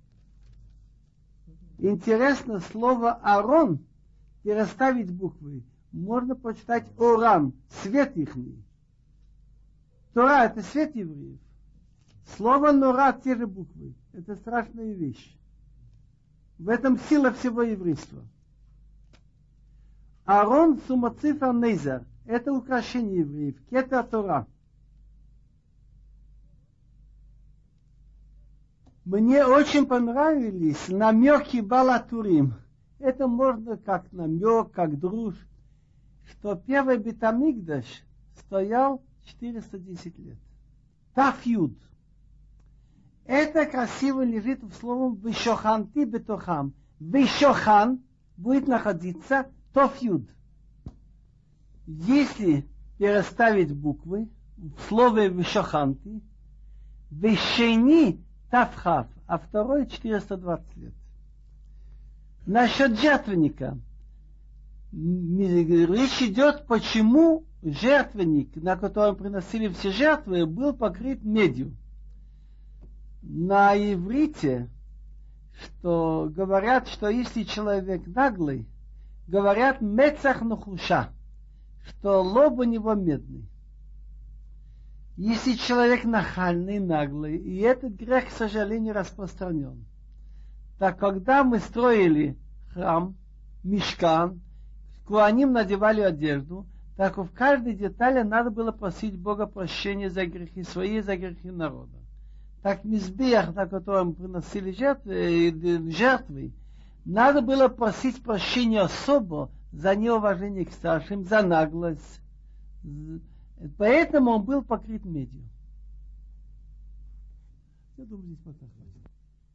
Интересно, слово Арон переставить буквы. Можно прочитать Оран, свет ихний. Тора это свет евреев. Слово Нора те же буквы. Это страшная вещь. В этом сила всего еврейства. Арон сумацифа нейзер. Это украшение евреев. Кетер Тора. Мне очень понравились намеки Балатурим. Это можно как намек, как друж, что первый Бет-Амикдаш стоял четыреста десять лет. Тафьюд. Это красиво лежит в словом «вишоханти бетохам». «Вишохан» будет находиться «тофьюд». Если переставить буквы в слове «вишоханти», «вишени» Тавхав, а второй четыреста двадцать лет. Насчет жертвенника. Речь идет, почему жертвенник, на котором приносили все жертвы, был покрыт медью. На иврите, что говорят, что если человек наглый, говорят мецах нухуша, что лоб у него медный. Если человек нахальный, наглый, и этот грех, к сожалению, распространен. Так когда мы строили храм, мишкан, куаним надевали одежду, так в каждой детали надо было просить Бога прощения за грехи свои и за грехи народа. Так мизбех, на котором приносили жертвы, жертвы, надо было просить прощения особо за неуважение к старшим, за наглость. Поэтому он был покрыт медью. Я думаю, здесь пока хватит.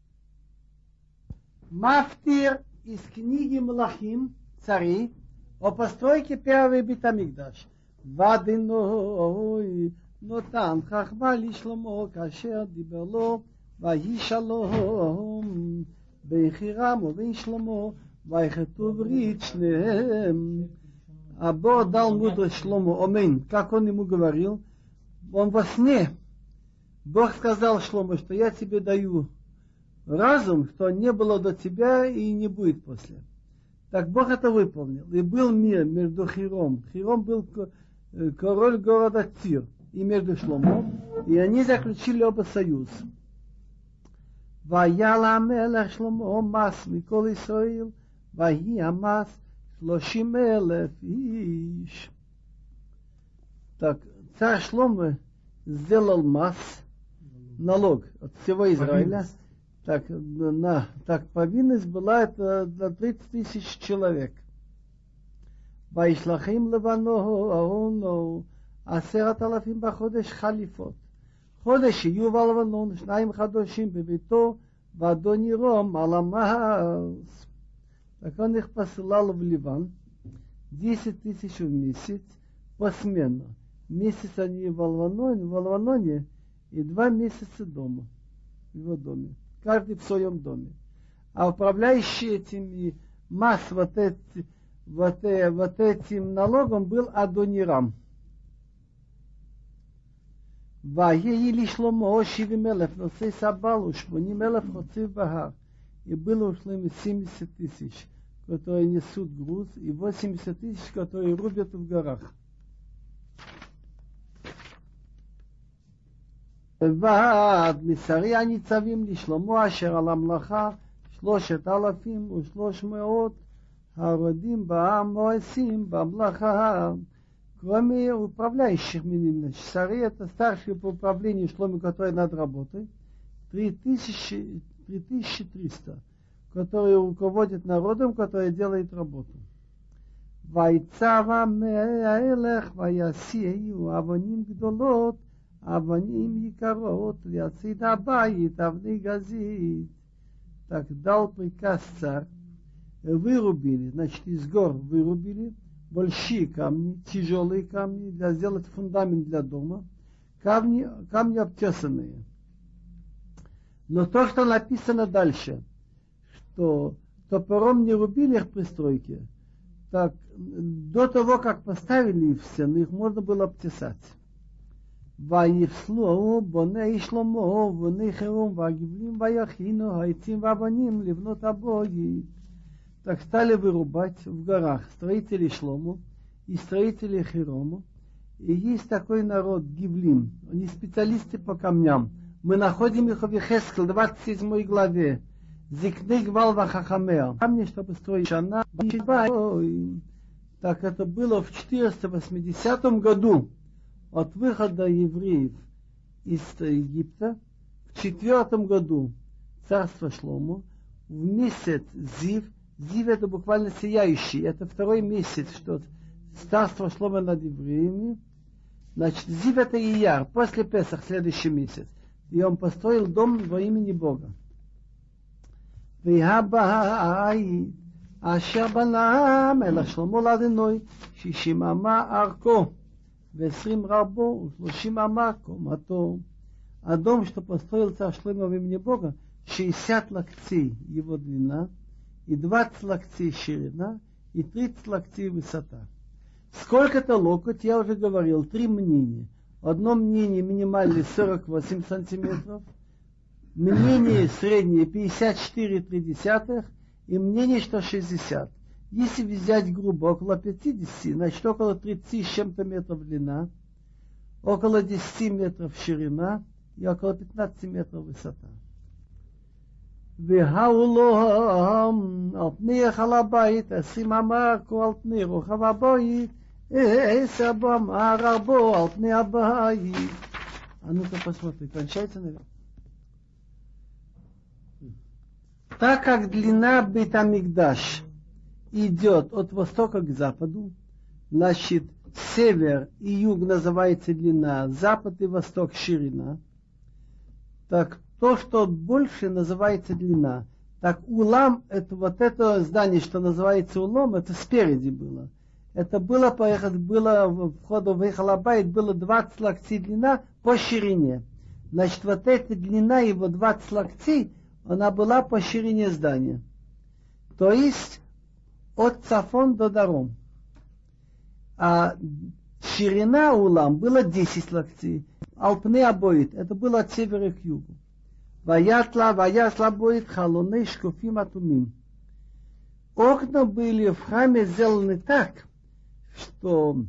Мафтир из книги Млахим, цари, о постройке первого Бет-Амикдаш. Вадиной, нотан хахма лишломо, кашер диберло, ваишалом, бейхирам ובן שלמה, ויכתוב ברית שניהם. А Бог дал мудрость Шлому, аминь. Как он ему говорил, он во сне, Бог сказал Шлому, что я тебе даю разум, что не было до тебя и не будет после. Так Бог это выполнил. И был мир между Хиром. Хиром был король города Тир. И между Шломо. И они заключили оба союз. Ваяла мелех Шломо мас микол Исраил. Ваи амас шлошим элеф иш. Так, царь Шломо сделал мас, налог от всего Израиля. Так, на, так, повинность была это до тридцать тысяч человек. Вайшлахим левану аону асерат алафим баходеш халифот. Ходеш ювал леванон шнаим хадошим бебито вадони ром аламас. Так он их посылал в Ливан. Десять тысяч в месяц посменно. Месяц они в Алваноне, в Алваноне и два месяца дома, в его доме. Каждый в своем доме. А управляющий этим масс вот, эти, вот, вот этим налогом был Адонирам. Ваели Шломо шивим элеф носей сабал ушмоним элеф хоцив бахар. И было ушло им семьдесят тысяч, которые несут груз, и восемьдесят тысяч, которые рубят в горах. ועד משרי הניצבים לשלמה אשר על המלאכה שלושת אלפים ושלוש מאות הרדים בעם מואסים במלאכה. Кроме управляющих минимум, шари это старшие по управлению Шломо, которые над работой, три тысячи триста, которые руководят народом, который делает работу. Вайцава меэлех ваясию авоним гдолот אבנים יקרות ויציד הבית אבני גזית. Так дал приказ царь вырубили, значит, из гор вырубили большие камни, тяжелые камни, для сделать фундамент для дома, камни, камни обтесанные. Но то, что написано дальше, что топором не рубили их при стройке, так до того, как поставили их в стену, их можно было обтесать. ויפסלו בוני שלמה ובוני חירום והגבלים ויכינו העצים והבנים לבנות הבית. Так стали вырубать в горах строители Шлому и строители Хирому. И есть такой народ Гивлим, они специалисты по камням. Мы находим их в Ехескел, двадцать седьмой главе. Зикны гвал вахахамеа. Камни, чтобы строить шана. Так это было в четыреста восьмидесятом году от выхода евреев из Египта. В четвертом году царства Шлому, в месяц Зив. Зив это буквально сияющий. Это второй месяц, что царство Шлома над евреями. Значит, Зив это Ияр, после Песах, следующий месяц. И он построил дом во имени Бога. והבית אשר בנם אל השלמה לאדוני שישים אמה ארכו ועשרים רבו ושלושים אמה קומתו. А дом, что построил царь Шломо во имени Бога, шестьдесят локтей его длина, и двадцать локтей ширина, и тридцать локтей высота. Сколько-то локоть, я уже говорил, три мнения. Одно мнение минимальное сорок восемь сантиметров, мнение среднее пятьдесят четыре и три десятых, и мнение что шестьдесят. Если взять грубо около пятидесяти, значит около тридцати с чем-то метров длина, около десяти метров ширина и около пятнадцати метров высота. והאולום על פני היכל הבית, עשרים אמה ארכו על פני רוחב הבית, עשר אמה רבו על פני הבית. А ну-ка посмотри, кончается, наверное. Так как длина Бейт-Амикдаш идет от востока к западу, значит, север и юг называется длина, запад и восток ширина, так то, что больше называется длина. Так улам, это вот это здание, что называется улом, это спереди было. Это было, поехать, было входу в Эхалабайт, было двадцать локтей длина по ширине. Значит, вот эта длина его двадцать локтей, она была по ширине здания. То есть от Цафон до Даром. А ширина улам была десять локтей. Алпне обоит, это было от севера к югу. Ваятла, ваясла боит халоны шкуфим атумим. Окна были в храме сделаны так, что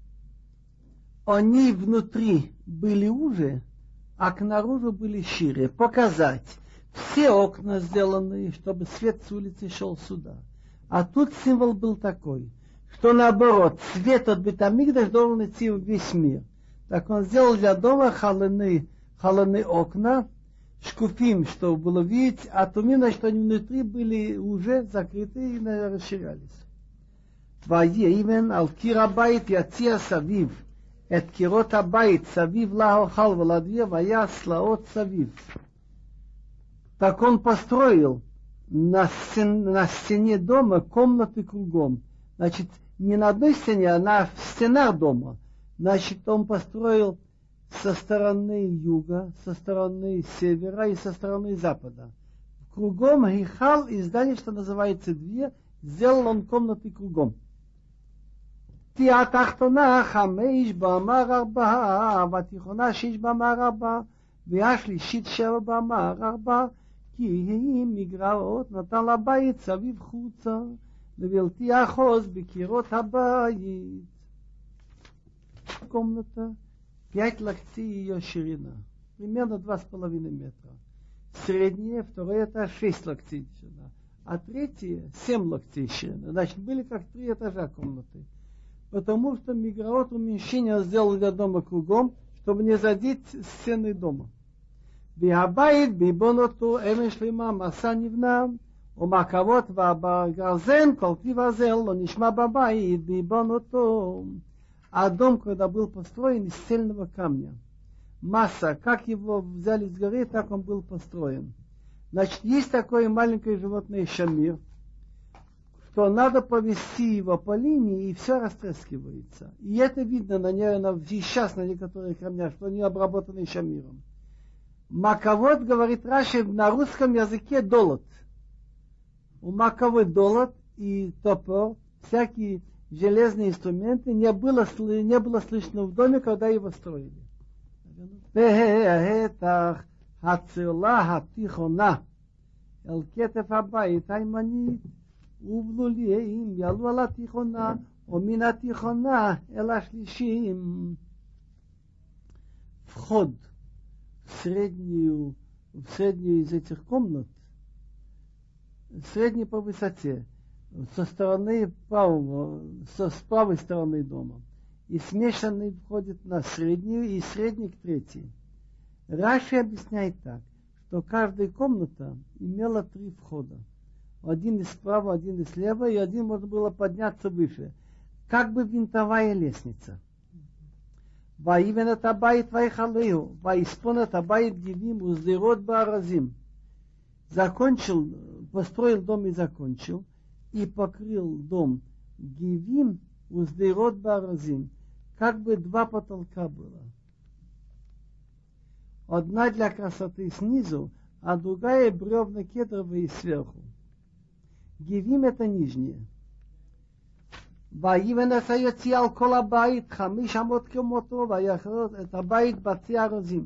они внутри были уже, а к наружу были шире. Показать. Все окна сделаны, чтобы свет с улицы шел сюда. А тут символ был такой, что наоборот, свет от Бейт-Амикдаш должен идти в весь мир. Так он сделал для дома халаны, халаны окна, шкуфим, чтобы было видеть, а тумина, что они внутри были уже закрыты и расширялись. ויאבן על קיר הבית יציע סביב את קירות הבית סביב לאוכל ולדביר והיה סלעות סביב. Так он построил на, стен, на стене дома комнаты кругом. Значит, не на одной стене, а на стенах дома. Значит, он построил со стороны юга, со стороны севера и со стороны запада. Кругом Гихал и здание, что называется две, сделал он комнаты кругом. תהיה התחתונה חמש באמר ארבע, והתיכונה שש באמר ארבע, והשלישית שבע באמר ארבע, כי היא מגרעות נתן לבית סביב חוצה, לבלתי אחוז בקירות הבית. Комната, пять локтей ее ширина, примерно два с половиной метра. Средняя, второй этаж, шесть локтей ширина, а третья, семь локтей ширина. Значит, были как три этажа комнаты. Потому что миграот уменьшение сделал для дома кругом, чтобы не задеть стены дома. והבית ביבונותו אבן שלמה מסע נבנה, ומרכבות והגרזן כל טיב הזה לא נשמע בבית ביבונותו. А дом, когда был построен из цельного камня, масса, как его взяли с горы, так он был построен. Значит, есть такое маленькое животное шамир. что надо повести его по линии, и все растрескивается. И это видно, наверное, сейчас на некоторых камнях, что они обработаны еще миром. Маковод, говорит Раши, на русском языке долот. У маковод долот и топор, всякие железные инструменты, не было, не было слышно в доме, когда его строили. בההתך הצלה התיכונה אל כתף הבית הימנית ובלוליים יעלו על התיכונה ומן התיכונה אל השלישים. Вход в среднюю, в среднюю из этих комнат, средний по высоте, со стороны правого, со, с правой стороны дома. И смешанный входит на среднюю, и средний к третьей. Раши объясняет так, что каждая комната имела три входа. Один из справа, один из слева, и один можно было подняться выше. Как бы винтовая лестница. Ваивен табайт вайхалею, ваиспон табайт гивим уздерот бааразим. Закончил, построил дом и закончил, и покрыл дом гивим уздерот бааразим. Как бы два потолка было. Одна для красоты снизу, а другая бревна кедровые сверху. Гивим это нижнее. ויבן היוציא על כל הבית חמיש אמות כמותו ויחרוט את הבית בצי ארזים.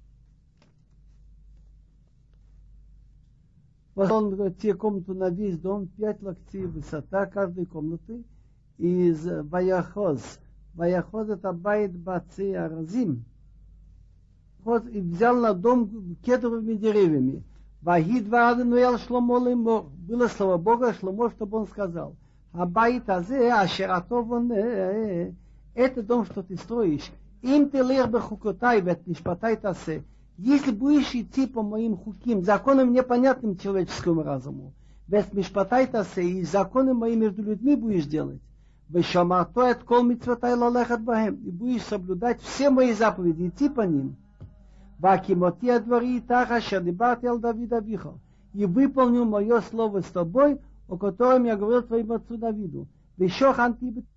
Он те комнату на весь дом, пять локтей высота каждой комнаты. Из Ваяхоз. Ваяхоз это байт баци аразим. И взял на дом кедровыми деревьями. Вахид вааднуэл шломо лемор. Было слово Бога Шломо, чтобы он сказал. Абайт азе ашератовон. Это дом, что ты строишь. Им ты лер бехукотай вет мишпатай тасе. Если будешь идти по моим хуким, законам непонятным человеческому разуму, без мишпатай тасе, и законы мои между людьми будешь делать, вешамато эт кол мицватай лалехат бахем, и будешь соблюдать все мои заповеди, идти по ним. Вакимоти адвари таха шадибати ал Давида виха, и выполнил мое слово с тобой, о котором я говорил твоему отцу Давиду. Вешохан ти